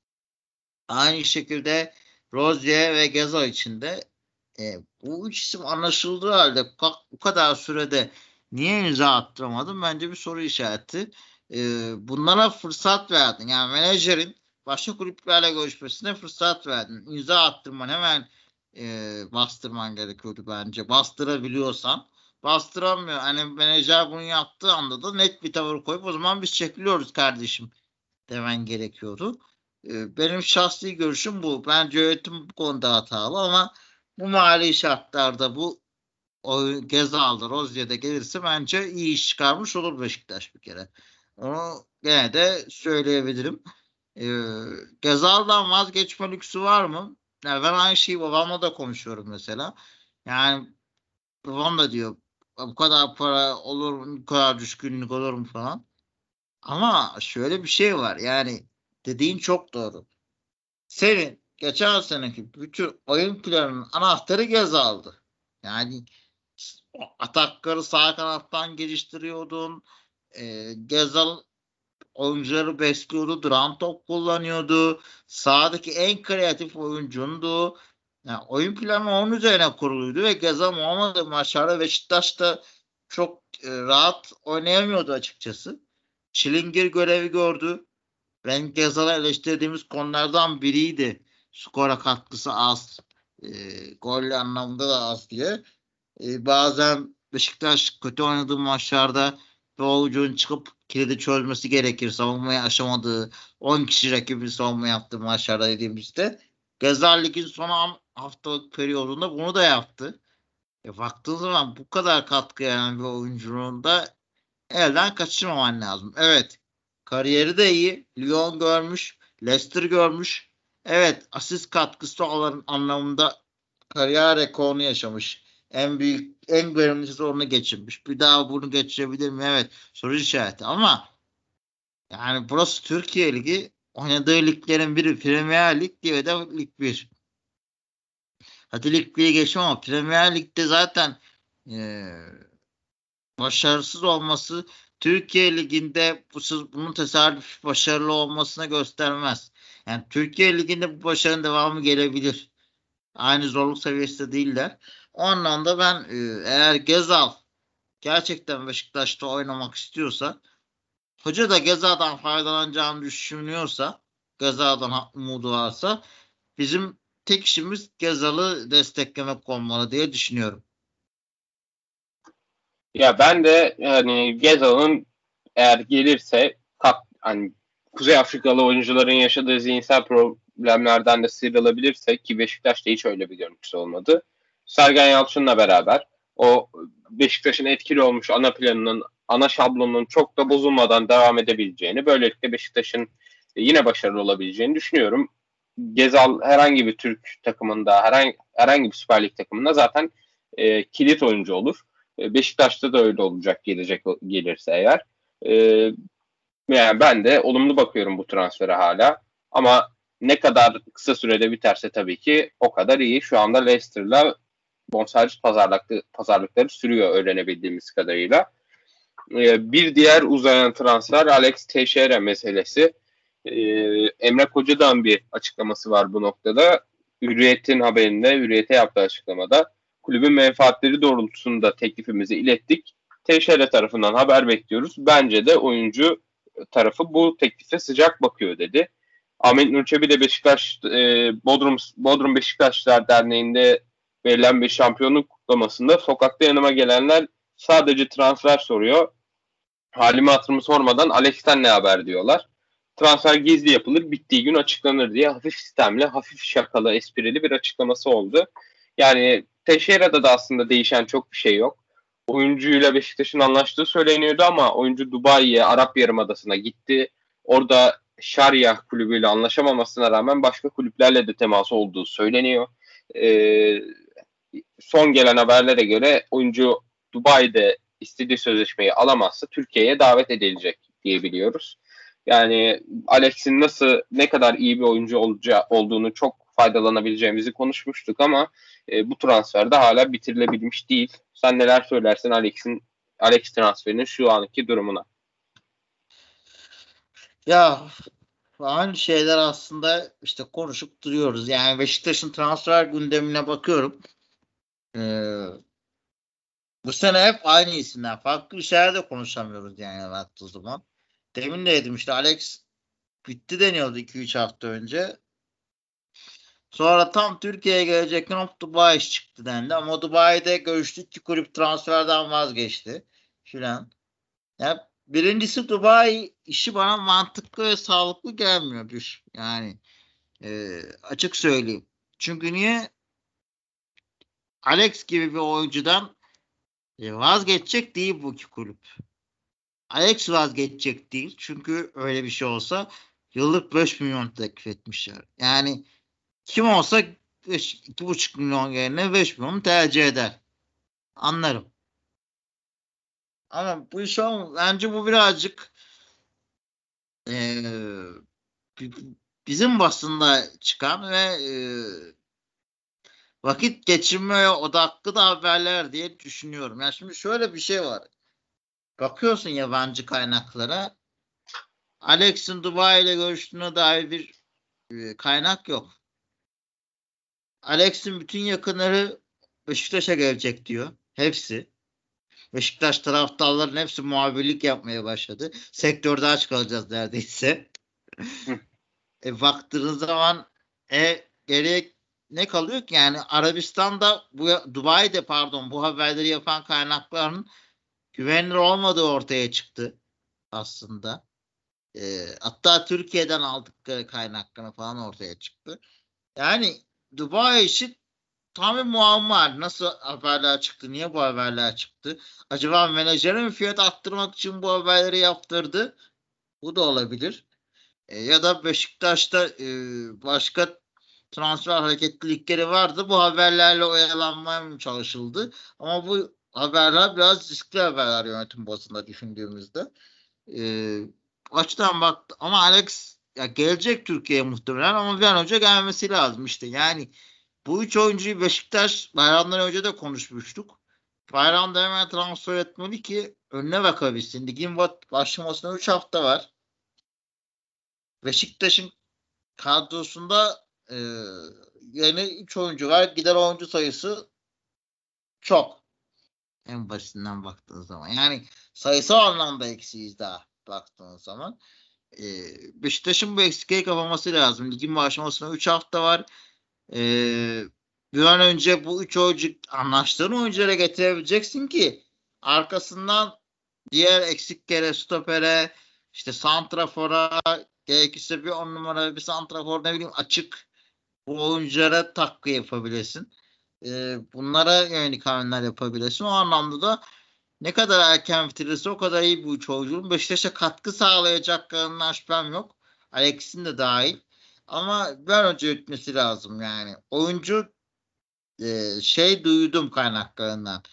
Aynı şekilde Rozier ve Geza için de bu üç isim anlaşıldığı halde bu kadar sürede niye imza attıramadım? Bence bir soru işareti. Bunlara fırsat verdin. Yani menajerin başka kulüplerle görüşmesine fırsat verdin. İmza attırman hemen bastırman gerekiyordu bence. Bastırabiliyorsan. Bastıramıyor. Hani menajer bunu yaptığı anda da net bir tavır koyup o zaman biz çekiliyoruz kardeşim demen gerekiyordu. Benim şahsi görüşüm bu. Bence yönetim bu konuda hatalı, ama bu mali şartlarda o Gezal'da Rozier'de gelirse bence iyi iş çıkarmış olur Beşiktaş bir kere. Onu gene de söyleyebilirim. Gezal'dan vazgeçme lüksü var mı? Yani ben aynı şeyi babamla da konuşuyorum mesela. Yani babam da diyor bu kadar para olur mu? Bu kadar düşkünlük olur mu falan. Ama şöyle bir şey var. Yani dediğin çok doğru. Geçen seneki bütün oyun planının anahtarı Gezal'dı. Yani atakları sağ kanattan geliştiriyordun. Gezal oyuncuları besliyordu. Duran top kullanıyordu. Sahadaki en kreatif oyuncundu. Yani oyun planı onun üzerine kuruluydu ve Gezal Muhammed maçlarda Beşiktaş'ta çok rahat oynayamıyordu açıkçası. Çilingir görevi gördü. Ben Gezal'ı eleştirdiğimiz konulardan biriydi. Skora katkısı az. E, Gol anlamında da az diye. Bazen Beşiktaş kötü oynadığı maçlarda bir oyuncunun çıkıp kilidi çözmesi gerekir. Savunmayı aşamadığı 10 kişi rakibi savunma yaptığı maçlarda dediğimizde Gezal Lig'in son haftalık periyodunda bunu da yaptı. Baktığın zaman bu kadar katkı veren bir oyuncunun da elden kaçırmaman lazım. Evet. Kariyeri de iyi. Lyon görmüş. Leicester görmüş. Evet. Asist katkısı olan anlamında kariyer rekorunu yaşamış. En büyük, en verimli sezonunu geçirmiş. Bir daha bunu geçirebilir mi? Evet. Soru işareti. Ama yani burası Türkiye Ligi. Oynadığı liglerin biri Premier Lig, diye de Lig 1. Hadi Lig 1'i geçmem ama Premier Lig'de zaten başarısız olması Türkiye Ligi'nde bunun tesadüf başarılı olmasına göstermez. Yani Türkiye Ligi'nde bu başarının devamı gelebilir. Aynı zorluk seviyesinde değiller. O anlamda ben eğer Gezal gerçekten Beşiktaş'ta oynamak istiyorsa, hoca da Gezal'dan faydalanacağını düşünüyorsa, Gezal'dan umudu varsa, bizim tek işimiz Gezal'ı desteklemek olmalı diye düşünüyorum. Ya ben de hani Gezal'ın eğer gelirse hani Kuzey Afrikalı oyuncuların yaşadığı zihinsel problemlerden de sıyrılabilirse, ki Beşiktaş'ta hiç öyle bir görüntüsü olmadı. Sergen Yalçın'la beraber o Beşiktaş'ın etkili olmuş ana planının, ana şablonunun çok da bozulmadan devam edebileceğini, böylelikle Beşiktaş'ın yine başarılı olabileceğini düşünüyorum. Gezal herhangi bir Türk takımında, herhangi bir Süper Lig takımında zaten kilit oyuncu olur. Beşiktaş'ta da öyle olacak gelirse eğer. E, Yani ben de olumlu bakıyorum bu transfere hala. Ama ne kadar kısa sürede biterse tabii ki o kadar iyi. Şu anda Leicester'la bonservis pazarlıkları sürüyor öğrenebildiğimiz kadarıyla. Bir diğer uzayan transfer Alex Teixeira meselesi. Emre Koca'dan bir açıklaması var bu noktada. Hürriyet'in haberinde, Hürriyet'e yaptığı açıklamada kulübün menfaatleri doğrultusunda teklifimizi ilettik. Teixeira tarafından haber bekliyoruz. Bence de oyuncu tarafı bu teklife sıcak bakıyor dedi. Ahmet Nur Çebi de Beşiktaş Bodrum Beşiktaşlar Derneği'nde verilen bir şampiyonluk kutlamasında sokakta yanıma gelenler sadece transfer soruyor. Halimi hatırımı sormadan Alex'ten ne haber diyorlar. Transfer gizli yapılır, bittiği gün açıklanır diye hafif sistemli, hafif şakalı, esprili bir açıklaması oldu. Yani Teixeira'da da aslında değişen çok bir şey yok. Oyuncuyla Beşiktaş'ın anlaştığı söyleniyordu ama oyuncu Dubai'ye, Arap Yarımadası'na gitti. Orada Şarjah kulübüyle anlaşamamasına rağmen başka kulüplerle de teması olduğu söyleniyor. Son gelen haberlere göre oyuncu Dubai'de istediği sözleşmeyi alamazsa Türkiye'ye davet edilecek diye biliyoruz. Yani Alex'in ne kadar iyi bir oyuncu olduğunu, çok faydalanabileceğimizi konuşmuştuk ama bu transferde hala bitirilebilmiş değil. Sen neler söylersin Alex transferinin şu anki durumuna? Ya aynı şeyler aslında işte konuşup duruyoruz. Yani Beşiktaş'ın transfer gündemine bakıyorum. Bu sene hep aynı isimler. Farklı şeyler de konuşamıyoruz yani baktığı zaman. Demin de dedim işte Alex bitti deniyordu 2-3 hafta önce. Sonra tam Türkiye'ye gelecekken hop Dubai iş çıktı dendi. Ama Dubai'de görüştük ki kulüp transferden vazgeçti. Filan. Ya birincisi Dubai işi bana mantıklı ve sağlıklı gelmiyor bir. Yani açık söyleyeyim. Çünkü niye? Alex gibi bir oyuncudan vazgeçecek değil bu iki kulüp. Alex vazgeçecek değil. Çünkü öyle bir şey olsa yıllık 5 milyon teklif etmişler. Yani kim olsa 2,5 milyon yerine 5 milyon tercih eder. Anlarım. Ama bu iş bence bu birazcık bizim basında çıkan ve vakit geçirmeye odaklı da haberler diye düşünüyorum. Yani şimdi şöyle bir şey var. Bakıyorsun yabancı kaynaklara. Alex'in Dubai ile görüştüğüne dair bir kaynak yok. Alex'in bütün yakınları Beşiktaş'a gelecek diyor. Hepsi. Beşiktaş taraftarların hepsi muhabirlik yapmaya başladı. Sektörde aç kalacağız neredeyse. Baktığınız zaman geriye ne kalıyor ki? Yani Arabistan'da Dubai'de bu haberleri yapan kaynakların güvenilir olmadığı ortaya çıktı aslında. Hatta Türkiye'den aldıkları kaynakları falan ortaya çıktı. Yani Dubai işi tam bir muamma. Nasıl haberler çıktı? Niye bu haberler çıktı? Acaba menajere mi fiyat arttırmak için bu haberleri yaptırdı? Bu da olabilir. Ya da Beşiktaş'ta başka transfer hareketlilikleri vardı. Bu haberlerle oyalanmaya mı çalışıldı? Ama bu haberler biraz riskli haberler yönetim bazında düşündüğümüzde. Açıdan baktı ama Alex ya gelecek Türkiye'ye muhtemelen ama bir an önce gelmesi lazım işte. Yani bu üç oyuncuyu Beşiktaş bayramdan önce de konuşmuştuk. Bayramda hemen transfer etmeli ki önüne bakabilsin. Ligin başlamasına 3 hafta var. Beşiktaş'ın kadrosunda yeni 3 oyuncu var. Gider oyuncu sayısı çok. En basitinden baktığın zaman. Yani sayısal anlamda eksiyiz daha baktığın zaman. Beşiktaş'ın bu eksikliği kapaması lazım. Ligin başlamasına 3 hafta var. Bir an önce bu 3 oyuncu anlaştığın oyunculara getirebileceksin ki arkasından diğer eksiklere, stopere, işte santrafora, gerekirse bir 10 numara bir santrafor ne bileyim açık bu oyunculara takviye yapabilesin. Bunlara yönelik hamleler yapabilesin. O anlamda da ne kadar erken bitirirse o kadar iyi bu üç oyuncunun Beşiktaş'a katkı sağlayacaklarından şüphem yok. Alex'in de dahil. Ama bir an önce yürütmesi lazım yani. Oyuncu duydum kaynaklarından.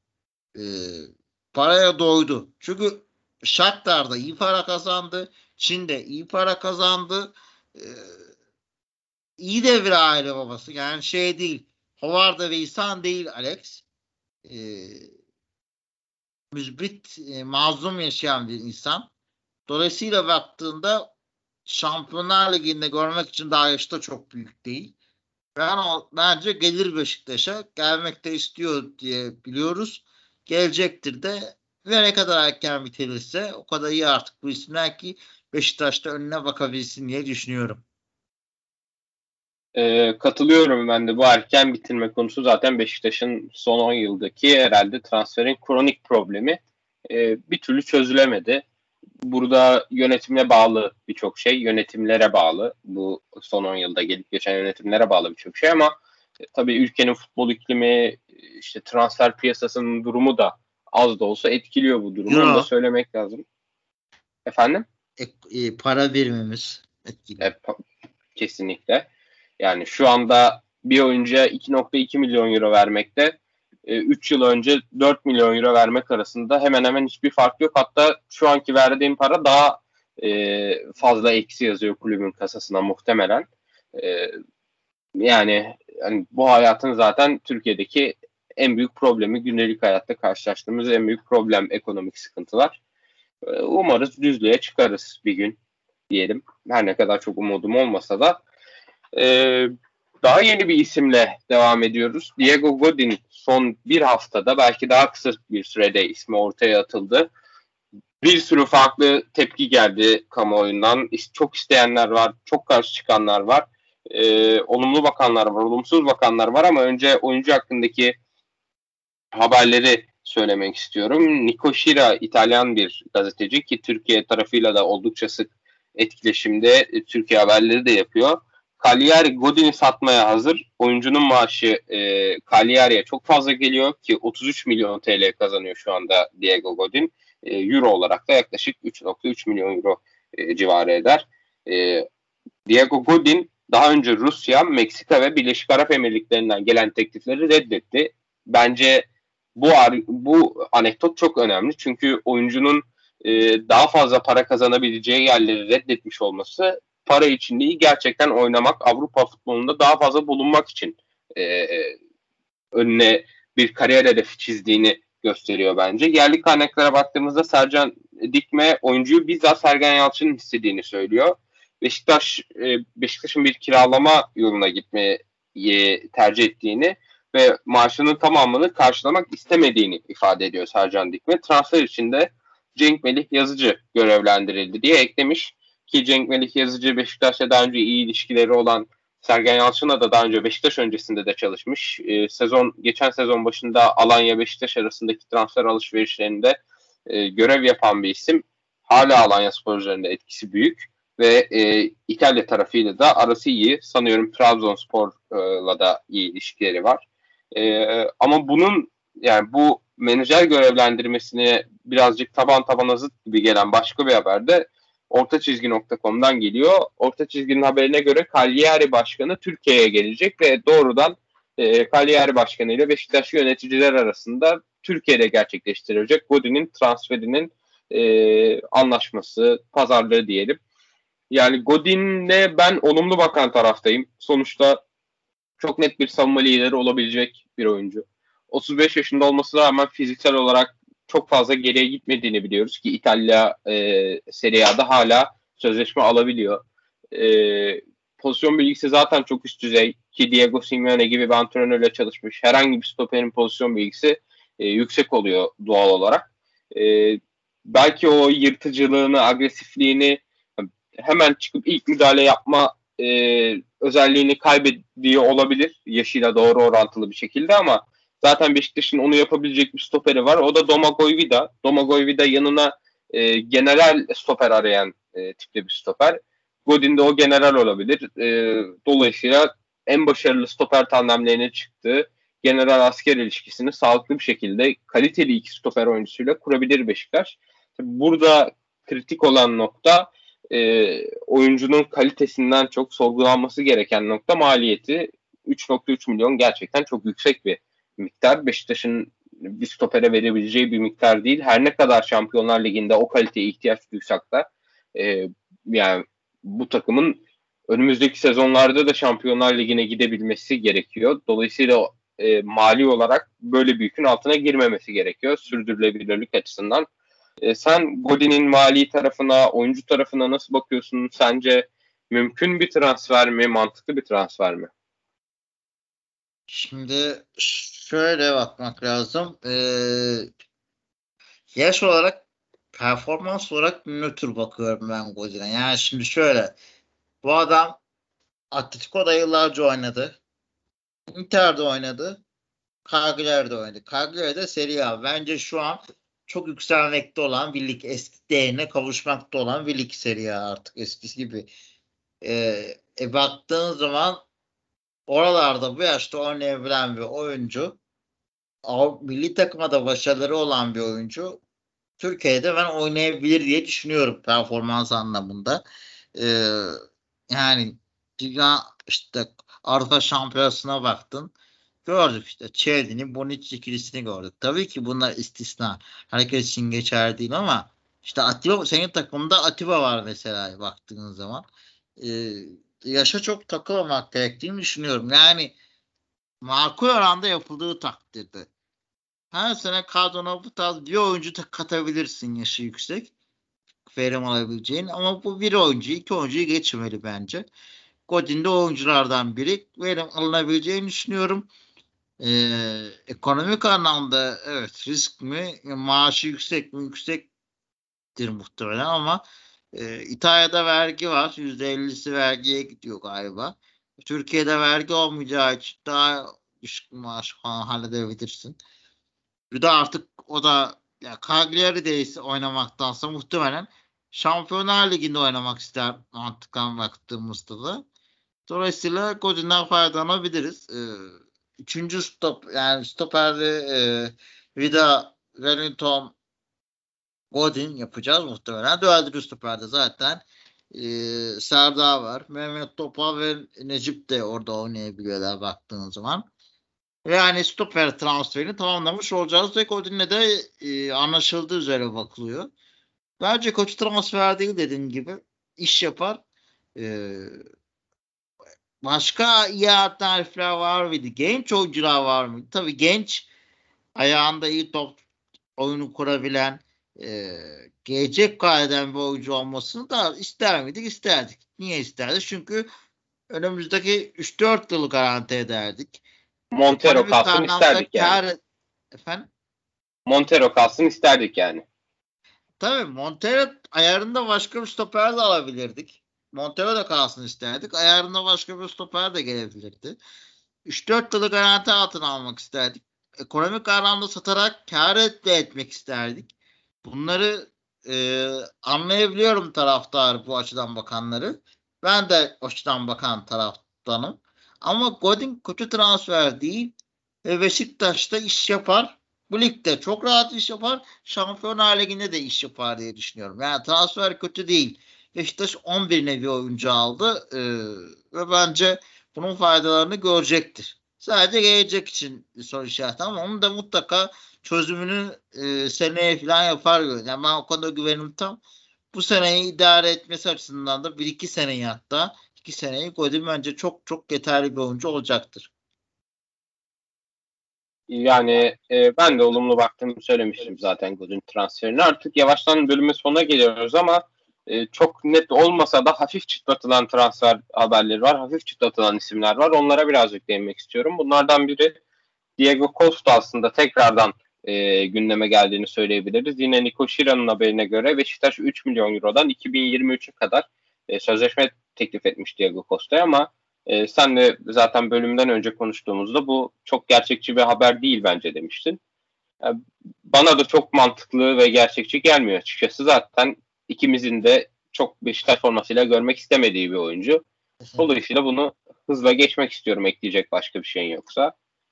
Paraya doydu. Çünkü Shakhtar'da iyi para kazandı. Çin'de iyi para kazandı. İyi de bir aile babası. Yani değil. Hovarda ve İhsan değil Alex. Müzbit, mazlum yaşayan bir insan. Dolayısıyla baktığında Şampiyonlar Ligi'nde görmek için daha yaşta çok büyük değil. Bence gelir Beşiktaş'a. Gelmek de istiyor diye biliyoruz. Gelecektir de ve ne kadar erken bitirirse o kadar iyi artık bu isimler ki Beşiktaş'ta önüne bakabilsin diye düşünüyorum. Katılıyorum ben de. Bu erken bitirme konusu zaten Beşiktaş'ın son 10 yıldaki herhalde transferin kronik problemi. Bir türlü çözülemedi. Burada yönetimle bağlı birçok şey. Yönetimlere bağlı. Bu son 10 yılda gelip geçen yönetimlere bağlı birçok şey ama tabii ülkenin futbol iklimi, işte transfer piyasasının durumu da az da olsa etkiliyor bu durumu. Onu da söylemek lazım. Efendim? Para birimimiz etkiliyor. Kesinlikle. Yani şu anda bir oyuncuya 2.2 milyon euro vermekte 3 yıl önce 4 milyon euro vermek arasında hemen hemen hiçbir fark yok. Hatta şu anki verdiğim para daha fazla eksi yazıyor kulübün kasasına muhtemelen. Yani bu hayatın zaten Türkiye'deki en büyük problemi, gündelik hayatta karşılaştığımız en büyük problem ekonomik sıkıntılar. Umarız düzlüğe çıkarız bir gün diyelim. Her ne kadar çok umudum olmasa da. Daha yeni bir isimle devam ediyoruz. Diego Godin son bir haftada belki daha kısa bir sürede ismi ortaya atıldı. Bir sürü farklı tepki geldi kamuoyundan. Çok isteyenler var, çok karşı çıkanlar var. Olumlu bakanlar var, olumsuz bakanlar var ama önce oyuncu hakkındaki haberleri söylemek istiyorum. Nico Schira İtalyan bir gazeteci ki Türkiye tarafıyla da oldukça sık etkileşimde Türkiye haberleri de yapıyor. Cagliari Godin'i satmaya hazır. Oyuncunun maaşı Cagliari'ye çok fazla geliyor ki 33 milyon TL kazanıyor şu anda Diego Godin. Euro olarak da yaklaşık 3.3 milyon euro civarı eder. Diego Godin daha önce Rusya, Meksika ve Birleşik Arap Emirlikleri'nden gelen teklifleri reddetti. Bence bu anekdot çok önemli. Çünkü oyuncunun daha fazla para kazanabileceği yerleri reddetmiş olması para için değil gerçekten oynamak, Avrupa futbolunda daha fazla bulunmak için önüne bir kariyer hedefi çizdiğini gösteriyor bence. Yerli kaynaklara baktığımızda Sercan Dikme oyuncuyu bizzat Sergen Yalçın'ın istediğini söylüyor. Beşiktaş'ın bir kiralama yoluna gitmeyi tercih ettiğini ve maaşının tamamını karşılamak istemediğini ifade ediyor Sercan Dikme. Transfer içinde Cenk Melih Yazıcı görevlendirildi diye eklemiş ki Cenk Melih Yazıcı Beşiktaş'la daha önce iyi ilişkileri olan Sergen Yalçın'la da daha önce Beşiktaş öncesinde de çalışmış. Geçen sezon başında Alanya Beşiktaş arasındaki transfer alışverişlerinde görev yapan bir isim. Hala Alanyaspor üzerinde etkisi büyük ve İtalya tarafıyla da arası iyi. Sanıyorum Trabzonspor'la da iyi ilişkileri var. Ama bu menajer görevlendirmesine birazcık taban zıt gibi gelen başka bir haber de ortaçizgi.com'dan geliyor. Orta Çizgi'nin haberine göre Cagliari Başkanı Türkiye'ye gelecek ve doğrudan Cagliari Başkanı ile Beşiktaş yöneticiler arasında Türkiye'de gerçekleştirilecek Godin'in transferinin anlaşması, pazarlığı diyelim. Yani Godin'le ben olumlu bakan taraftayım. Sonuçta çok net bir savunma lideri olabilecek bir oyuncu. 35 yaşında olmasına rağmen fiziksel olarak çok fazla geriye gitmediğini biliyoruz ki İtalya Serie A'da hala sözleşme alabiliyor. Pozisyon bilgisi zaten çok üst düzey ki Diego Simeone gibi bir antrenörle çalışmış. Herhangi bir stoperin pozisyon bilgisi yüksek oluyor doğal olarak. Belki o yırtıcılığını, agresifliğini hemen çıkıp ilk müdahale yapma özelliğini kaybediyor olabilir yaşıyla doğru orantılı bir şekilde ama zaten Beşiktaş'ın onu yapabilecek bir stoperi var. O da Domagoj Vida. Domagoj Vida yanına general stoper arayan tipte bir stoper. Godin de o general olabilir. Dolayısıyla en başarılı stoper tandemlerine çıktığı general asker ilişkisini sağlıklı bir şekilde kaliteli iki stoper oyuncusuyla kurabilir Beşiktaş. Burada kritik olan nokta oyuncunun kalitesinden çok sorgulanması gereken nokta maliyeti. 3.3 milyon gerçekten çok yüksek bir miktar. Beşiktaş'ın bir stopere verebileceği bir miktar değil. Her ne kadar Şampiyonlar Ligi'nde o kaliteye ihtiyaç duysak da yani bu takımın önümüzdeki sezonlarda da Şampiyonlar Ligi'ne gidebilmesi gerekiyor. Dolayısıyla mali olarak böyle bir yükün altına girmemesi gerekiyor sürdürülebilirlik açısından. Sen Godin'in mali tarafına, oyuncu tarafına nasıl bakıyorsun? Sence mümkün bir transfer mi, mantıklı bir transfer mi? Şimdi şöyle bakmak lazım. Yaş olarak, performans olarak nötr bakıyorum ben Godin'e. Yani şimdi şöyle. Bu adam Atletico'da yıllarca oynadı. Inter'de oynadı. Cagliari'de oynadı. Cagliari'de Serie A. Bence şu an çok yükselmekte olan bir lig. Eski değerine kavuşmakta olan bir lig Serie A artık. Eskisi gibi. Baktığın zaman oralarda bu yaşta oynayabilen bir oyuncu, milli takıma da başarıları olan bir oyuncu Türkiye'de ben oynayabilir diye düşünüyorum performans anlamında. Yani dünya işte Avrupa Şampiyonası'na baktın. Gördük işte Chelsea, Bonucci ikilisini gördük. Tabii ki bunlar istisna. Herkes için geçerli değil ama işte Atiba, senin takımda Atiba var mesela baktığın zaman. Yaşa çok takılmamak gerektiğini düşünüyorum. Yani makul oranda yapıldığı takdirde. Her sene kadrona bu tarz bir oyuncu katabilirsin yaşı yüksek. Verim alabileceğin ama bu bir oyuncu, iki oyuncuyu geçmeli bence. Godin de oyunculardan biri. Verim alınabileceğini düşünüyorum. Ekonomik anlamda evet risk mi? Maaşı yüksek mi? Yüksektir muhtemelen ama İtalya'da vergi var. %50'si vergiye gidiyor galiba. Türkiye'de vergi olmayacağı için daha düşük maaş falan halledebilirsin. Bir de artık o da ya Cagliari'de oynamaktansa muhtemelen Şampiyonlar Ligi'nde oynamak ister mantıktan baktığımızda da. Dolayısıyla Godin'den faydalanabiliriz. Üçüncü stoperde Vida, Wellington, Godin yapacağız muhtemelen. Dördüncü stoperde zaten Serdar var. Mehmet Topal ve Necip de orada oynayabiliyorlar baktığın zaman. Yani stoper transferini tamamlamış olacağız ve Godin'le de anlaşıldığı üzere bakılıyor. Bence koç transfer değil dediğin gibi iş yapar. başka iyi alternatifler var mıydı? Genç oyuncular var mıydı? Tabii genç, ayağında iyi top oyunu kurabilen, gelecek vadeden bir oyuncu olmasını da ister miydik? İsterdik. Niye isterdik? Çünkü önümüzdeki 3-4 yılı garanti ederdik. Montero Ekonomik kalsın anlamda isterdik yani. efendim? Montero kalsın isterdik yani. Tabii Montero ayarında başka bir stoper de alabilirdik. Montero da kalsın isterdik. Ayarında başka bir stoper de gelebilirdi. 3-4 yılı garanti altına almak isterdik. Ekonomik anlamda satarak kâr etmek isterdik. Bunları anlayabiliyorum, taraftar bu açıdan bakanları. Ben de o açıdan bakan taraftanım. Ama Godin kötü transfer değil ve Beşiktaş'ta iş yapar. Bu ligde çok rahat iş yapar. Şampiyonlar Ligi'nde de iş yapar diye düşünüyorum. Yani transfer kötü değil. Beşiktaş 11 nevi oyuncu aldı ve bence bunun faydalarını görecektir. Sadece gelecek için bir soru işareti ama onun da mutlaka çözümünü seneye falan yapar. Yani ben o konuda güvenim tam. Bu seneyi idare etmesi açısından da 1-2 seneyi, hatta 2 seneyi Godin bence çok çok yeterli bir oyuncu olacaktır. Yani ben de olumlu baktığımı söylemiştim zaten Godin transferine. Artık yavaştan bölümün sonuna geliyoruz ama çok net olmasa da hafif çıtlatılan transfer haberleri var. Hafif çıtlatılan isimler var. Onlara birazcık değinmek istiyorum. Bunlardan biri Diego Costa, aslında tekrardan gündeme geldiğini söyleyebiliriz. Yine Nico Şiran'ın haberine göre Beşiktaş 3 milyon eurodan 2023'e kadar sözleşme teklif etmiş Diego Costa'ya ama sen de zaten bölümden önce konuştuğumuzda bu çok gerçekçi bir haber değil bence demiştin. Bana da çok mantıklı ve gerçekçi gelmiyor açıkçası. Zaten ikimizin de çok Beşiktaş formasıyla görmek istemediği bir oyuncu. Dolayısıyla bunu hızla geçmek istiyorum, ekleyecek başka bir şeyin yoksa.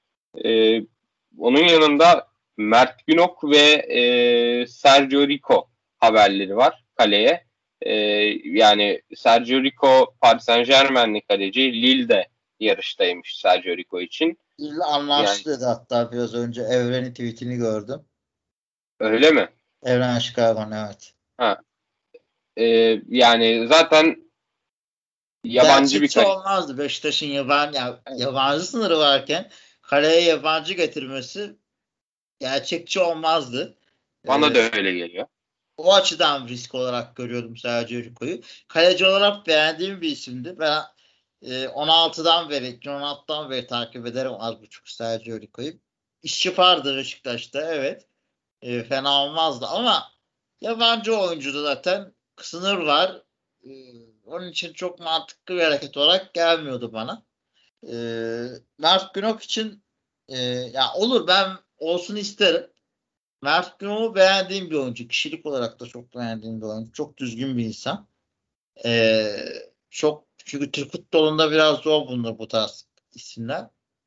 Onun yanında Mert Günok ve Sergio Rico haberleri var kaleye. Yani Sergio Rico Paris Saint-Germain'li kaleci, Lille'de yarıştaymış Sergio Rico için. İlla Yani anlaştı dedi, hatta biraz önce Evren'in tweetini gördüm. öyle mi? Evren Chicago'nun, evet. Ha. Yani zaten yabancı bir Gerçekçi kaleci. olmazdı Beşiktaş'ın yabancı sınırı varken kaleye yabancı getirmesi gerçekçi olmazdı. Bana Ee, da öyle geliyor. O açıdan risk olarak görüyordum Sergio Rico'yu. Kaleci olarak beğendiğim bir isimdi. Ben 16'dan beri, 2016'dan beri takip ederim az buçuk Sergio Rico'yu. İş yapardı Beşiktaş'ta, evet. Fena olmazdı ama yabancı oyuncuda zaten sınır var. E, Onun için çok mantıklı bir hareket olarak gelmiyordu bana. E, Mert Günok için ya olur, ben olsun isterim. Mert Günok'u beğendiğim bir oyuncu. Kişilik olarak da çok beğendiğim bir oyuncu. Çok düzgün bir insan. E, Çok, çünkü Türk futbolunda biraz zor bulunur bu tarz isimler.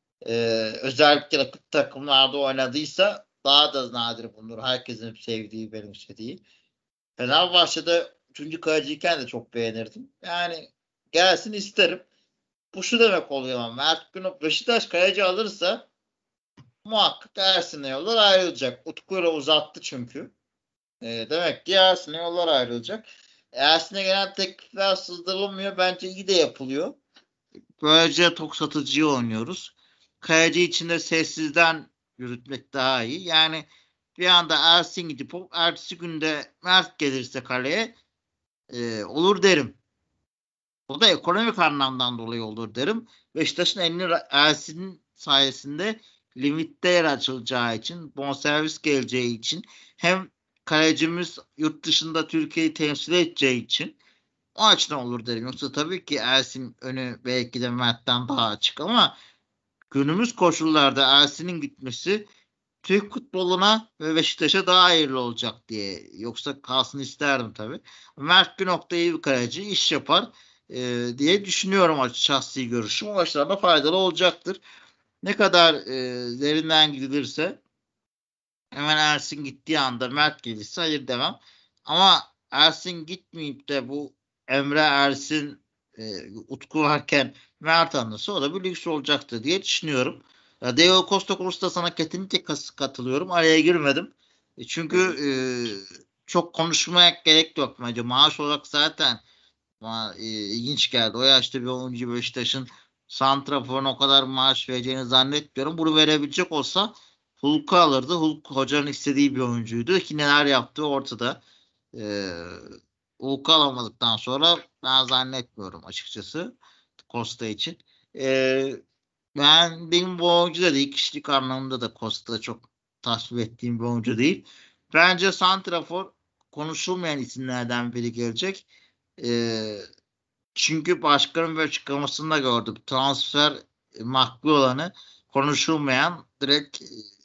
Özellikle rakip takımlarda oynadıysa daha da nadir bulunur. Herkesin sevdiği, benimsediği. Fenerbahçe'de 3. kaleciyken de çok beğenirdim. Yani gelsin isterim. Bu şu demek oluyor ama Mert Günok Beşiktaş kaleci alırsa muhakkak Ersin'le yollar ayrılacak. Utku'yla uzattı çünkü. Demek ki Ersin'le yollar ayrılacak. Ersin'e gelen teklifler sızdırılmıyor. Bence iyi de yapılıyor. Böylece tok satıcıyı oynuyoruz. Kaleci içinde sessizden yürütmek daha iyi. Yani bir anda Ersin gidip ertesi günde Mert gelirse kaleye olur derim. O da ekonomik anlamdan dolayı olur derim. Beşiktaş'ın elini Ersin'in sayesinde limitte yer açılacağı için, bonservis geleceği için, hem kalecimiz yurt dışında Türkiye'yi temsil edeceği için o açıdan olur derim. Yoksa tabii ki Ersin önü belki de Mert'ten daha açık ama günümüz koşullarda Ersin'in gitmesi Türk futboluna ve Beşiktaş'a daha hayırlı olacak diye. Yoksa kalsın isterdim tabii. Mert bir nokta iyi bir kaleci, iş yapar diye düşünüyorum, şahsi görüşüm. O açıdan da faydalı olacaktır. Ne kadar derinden gidilirse, hemen Ersin gittiği anda Mert gelirse hayır demem. Ama Ersin gitmeyip de bu Emre Ersin Utku varken Mert alınırsa o da bir lüks olacaktır diye düşünüyorum. Diego Costa konusunda sana kesinlikle katılıyorum. Araya girmedim. Çünkü çok konuşmaya gerek yok bence. Maaş olarak zaten bana ilginç geldi. O yaşta bir oyuncu Beşiktaş'ın santraforun o kadar maaş vereceğini zannetmiyorum. Bunu verebilecek olsa Hulk'u alırdı. Hulk hocanın istediği bir oyuncuydu ki neler yaptığı ortada. Ee, Hulk'u alamadıktan sonra ben zannetmiyorum açıkçası Costa için. Ee, benim bu oyuncu da değil. Kişilik anlamında da Costa çok tasvip ettiğim bir oyuncu değil. Bence santrafor konuşulmayan isimlerden biri gelecek. Ee, Çünkü başkanın bir açıklamasında gördüm. Transfer makbul olanı konuşulmayan direkt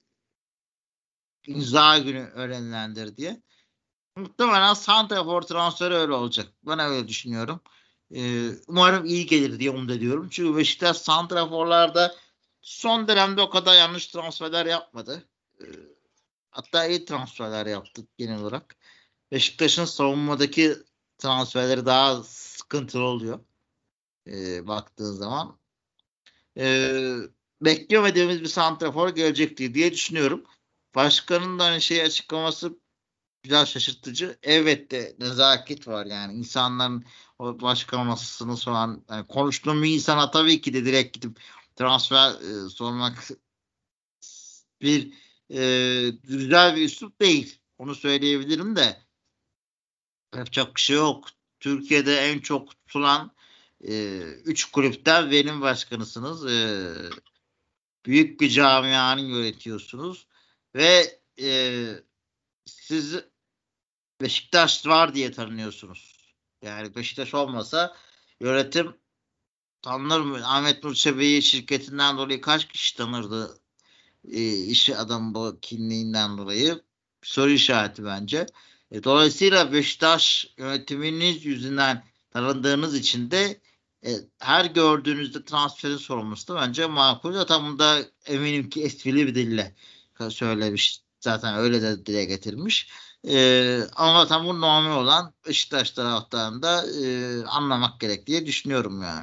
imza günü öğrenilendir diye. Muhtemelen santrafor transferi öyle olacak. Ben öyle düşünüyorum. Umarım iyi gelir diye umut ediyorum. Çünkü Beşiktaş santraforlarda son dönemde o kadar yanlış transferler yapmadı. Ee, Hatta iyi transferler yaptık genel olarak. Beşiktaş'ın savunmadaki transferleri daha sıkıntılı oluyor. Baktığın zaman. Ee, Beklemediğimiz bir santrafor gelecekti diye düşünüyorum. Başkanın da hani şey açıklaması biraz şaşırtıcı. Evet de nezaket var yani. İnsanların o başkan masasını soran yani konuştuğum bir insana tabii ki de direkt gidip transfer sormak bir güzel bir üslup değil. Onu söyleyebilirim de yapacak bir şey yok. Türkiye'de en çok tutulan 3 kulüpten benim başkanısınız. Büyük bir camianın yönetiyorsunuz ve siz Beşiktaş var diye tanınıyorsunuz. Yani Beşiktaş olmasa yönetim tanınır mı? Ahmet Nur Çebi'yi şirketinden dolayı kaç kişi tanırdı? İş adamı bu kimliğinden dolayı soru işareti bence. Dolayısıyla Beşiktaş yönetiminiz yüzünden tanındığınız için de her gördüğünüzde transferin sorumlusu da bence makul. Zaten bunu da eminim ki esprili bir dille söylemiş. Zaten öyle de dile getirmiş. Ama zaten bu normal olan Beşiktaş taraftarında anlamak gerek diye düşünüyorum yani.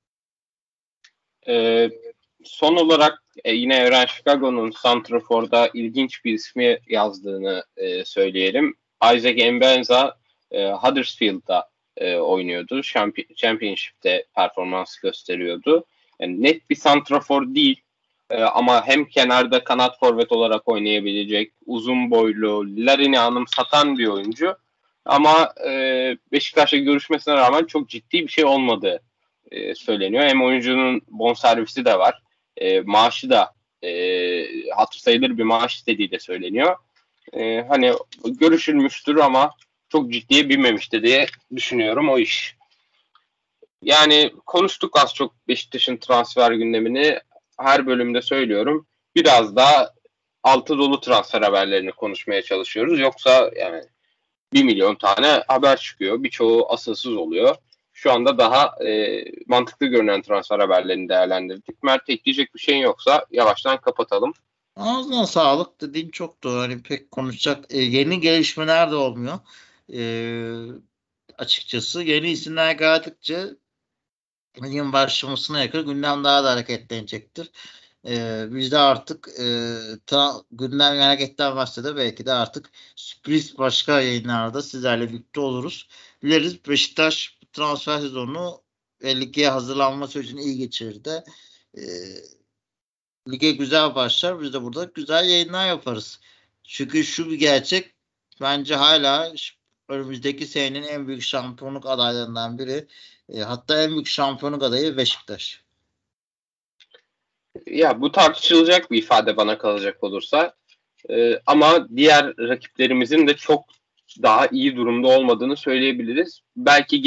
Ee, Son olarak yine Evren Chicago'nun santraforda ilginç bir ismi yazdığını söyleyelim. Isaac Mbenza Huddersfield'da oynuyordu. Championship'te performans gösteriyordu. Yani net bir santrafor değil ama hem kenarda kanat forvet olarak oynayabilecek uzun boylu, Larin'i anımsatan bir oyuncu. Ama Beşiktaş'la görüşmesine rağmen çok ciddi bir şey olmadı söyleniyor. Hem oyuncunun bonservisi de var. Maaşı da hatır sayılır bir maaş istediği de söyleniyor. Hani görüşülmüştür ama çok ciddiye binmemişti diye düşünüyorum o iş. Yani konuştuk az çok Beşiktaş'ın transfer gündemini. Her bölümde söylüyorum. Biraz daha altı dolu transfer haberlerini konuşmaya çalışıyoruz. Yoksa yani 1 milyon tane haber çıkıyor. Birçoğu asılsız oluyor. Şu anda daha mantıklı görünen transfer haberlerini değerlendirdik. Mert ekleyecek bir şeyin yoksa yavaştan kapatalım. Ağzına sağlık dediğin çok doğru. Hani pek konuşacak yeni gelişmeler de olmuyor. Açıkçası yeni isimler geldikçe yılın başlamasına yakın gündem daha da hareketlenecektir. Biz de artık gündem hareketten bahsede belki de artık sürpriz başka yayınlarda sizlerle birlikte oluruz. Dileriz Beşiktaş transfer sezonu ve lige hazırlanma sürecini iyi geçirir. E, Lige güzel başlar. Biz de burada güzel yayınlar yaparız. Çünkü şu bir gerçek. Bence hala önümüzdeki senenin en büyük şampiyonluk adaylarından biri. Hatta en büyük şampiyonluk adayı Beşiktaş. Ya bu tartışılacak bir ifade bana kalacak olursa. Ama diğer rakiplerimizin de çok daha iyi durumda olmadığını söyleyebiliriz. Belki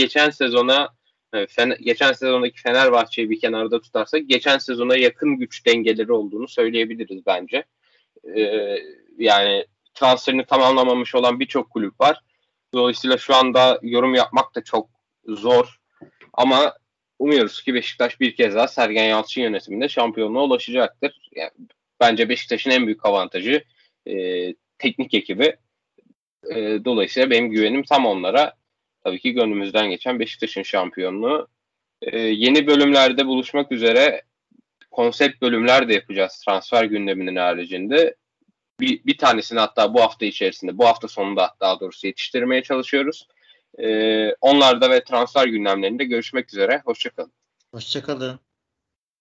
geçen sezondaki Fenerbahçe'yi bir kenarda tutarsak geçen sezona yakın güç dengeleri olduğunu söyleyebiliriz bence. Yani transferini tamamlamamış olan birçok kulüp var. Dolayısıyla şu anda yorum yapmak da çok zor. Ama umuyoruz ki Beşiktaş bir kez daha Sergen Yalçın yönetiminde şampiyonluğa ulaşacaktır. Yani bence Beşiktaş'ın en büyük avantajı teknik ekibi. Dolayısıyla benim güvenim tam onlara. Tabii ki gönlümüzden geçen Beşiktaş'ın şampiyonluğu. Yeni bölümlerde buluşmak üzere konsept bölümler de yapacağız transfer gündeminin haricinde. Bir tanesini hatta bu hafta içerisinde, bu hafta sonunda daha doğrusu yetiştirmeye çalışıyoruz. Onlarda ve transfer gündemlerinde görüşmek üzere. Hoşçakalın. Hoşçakalın.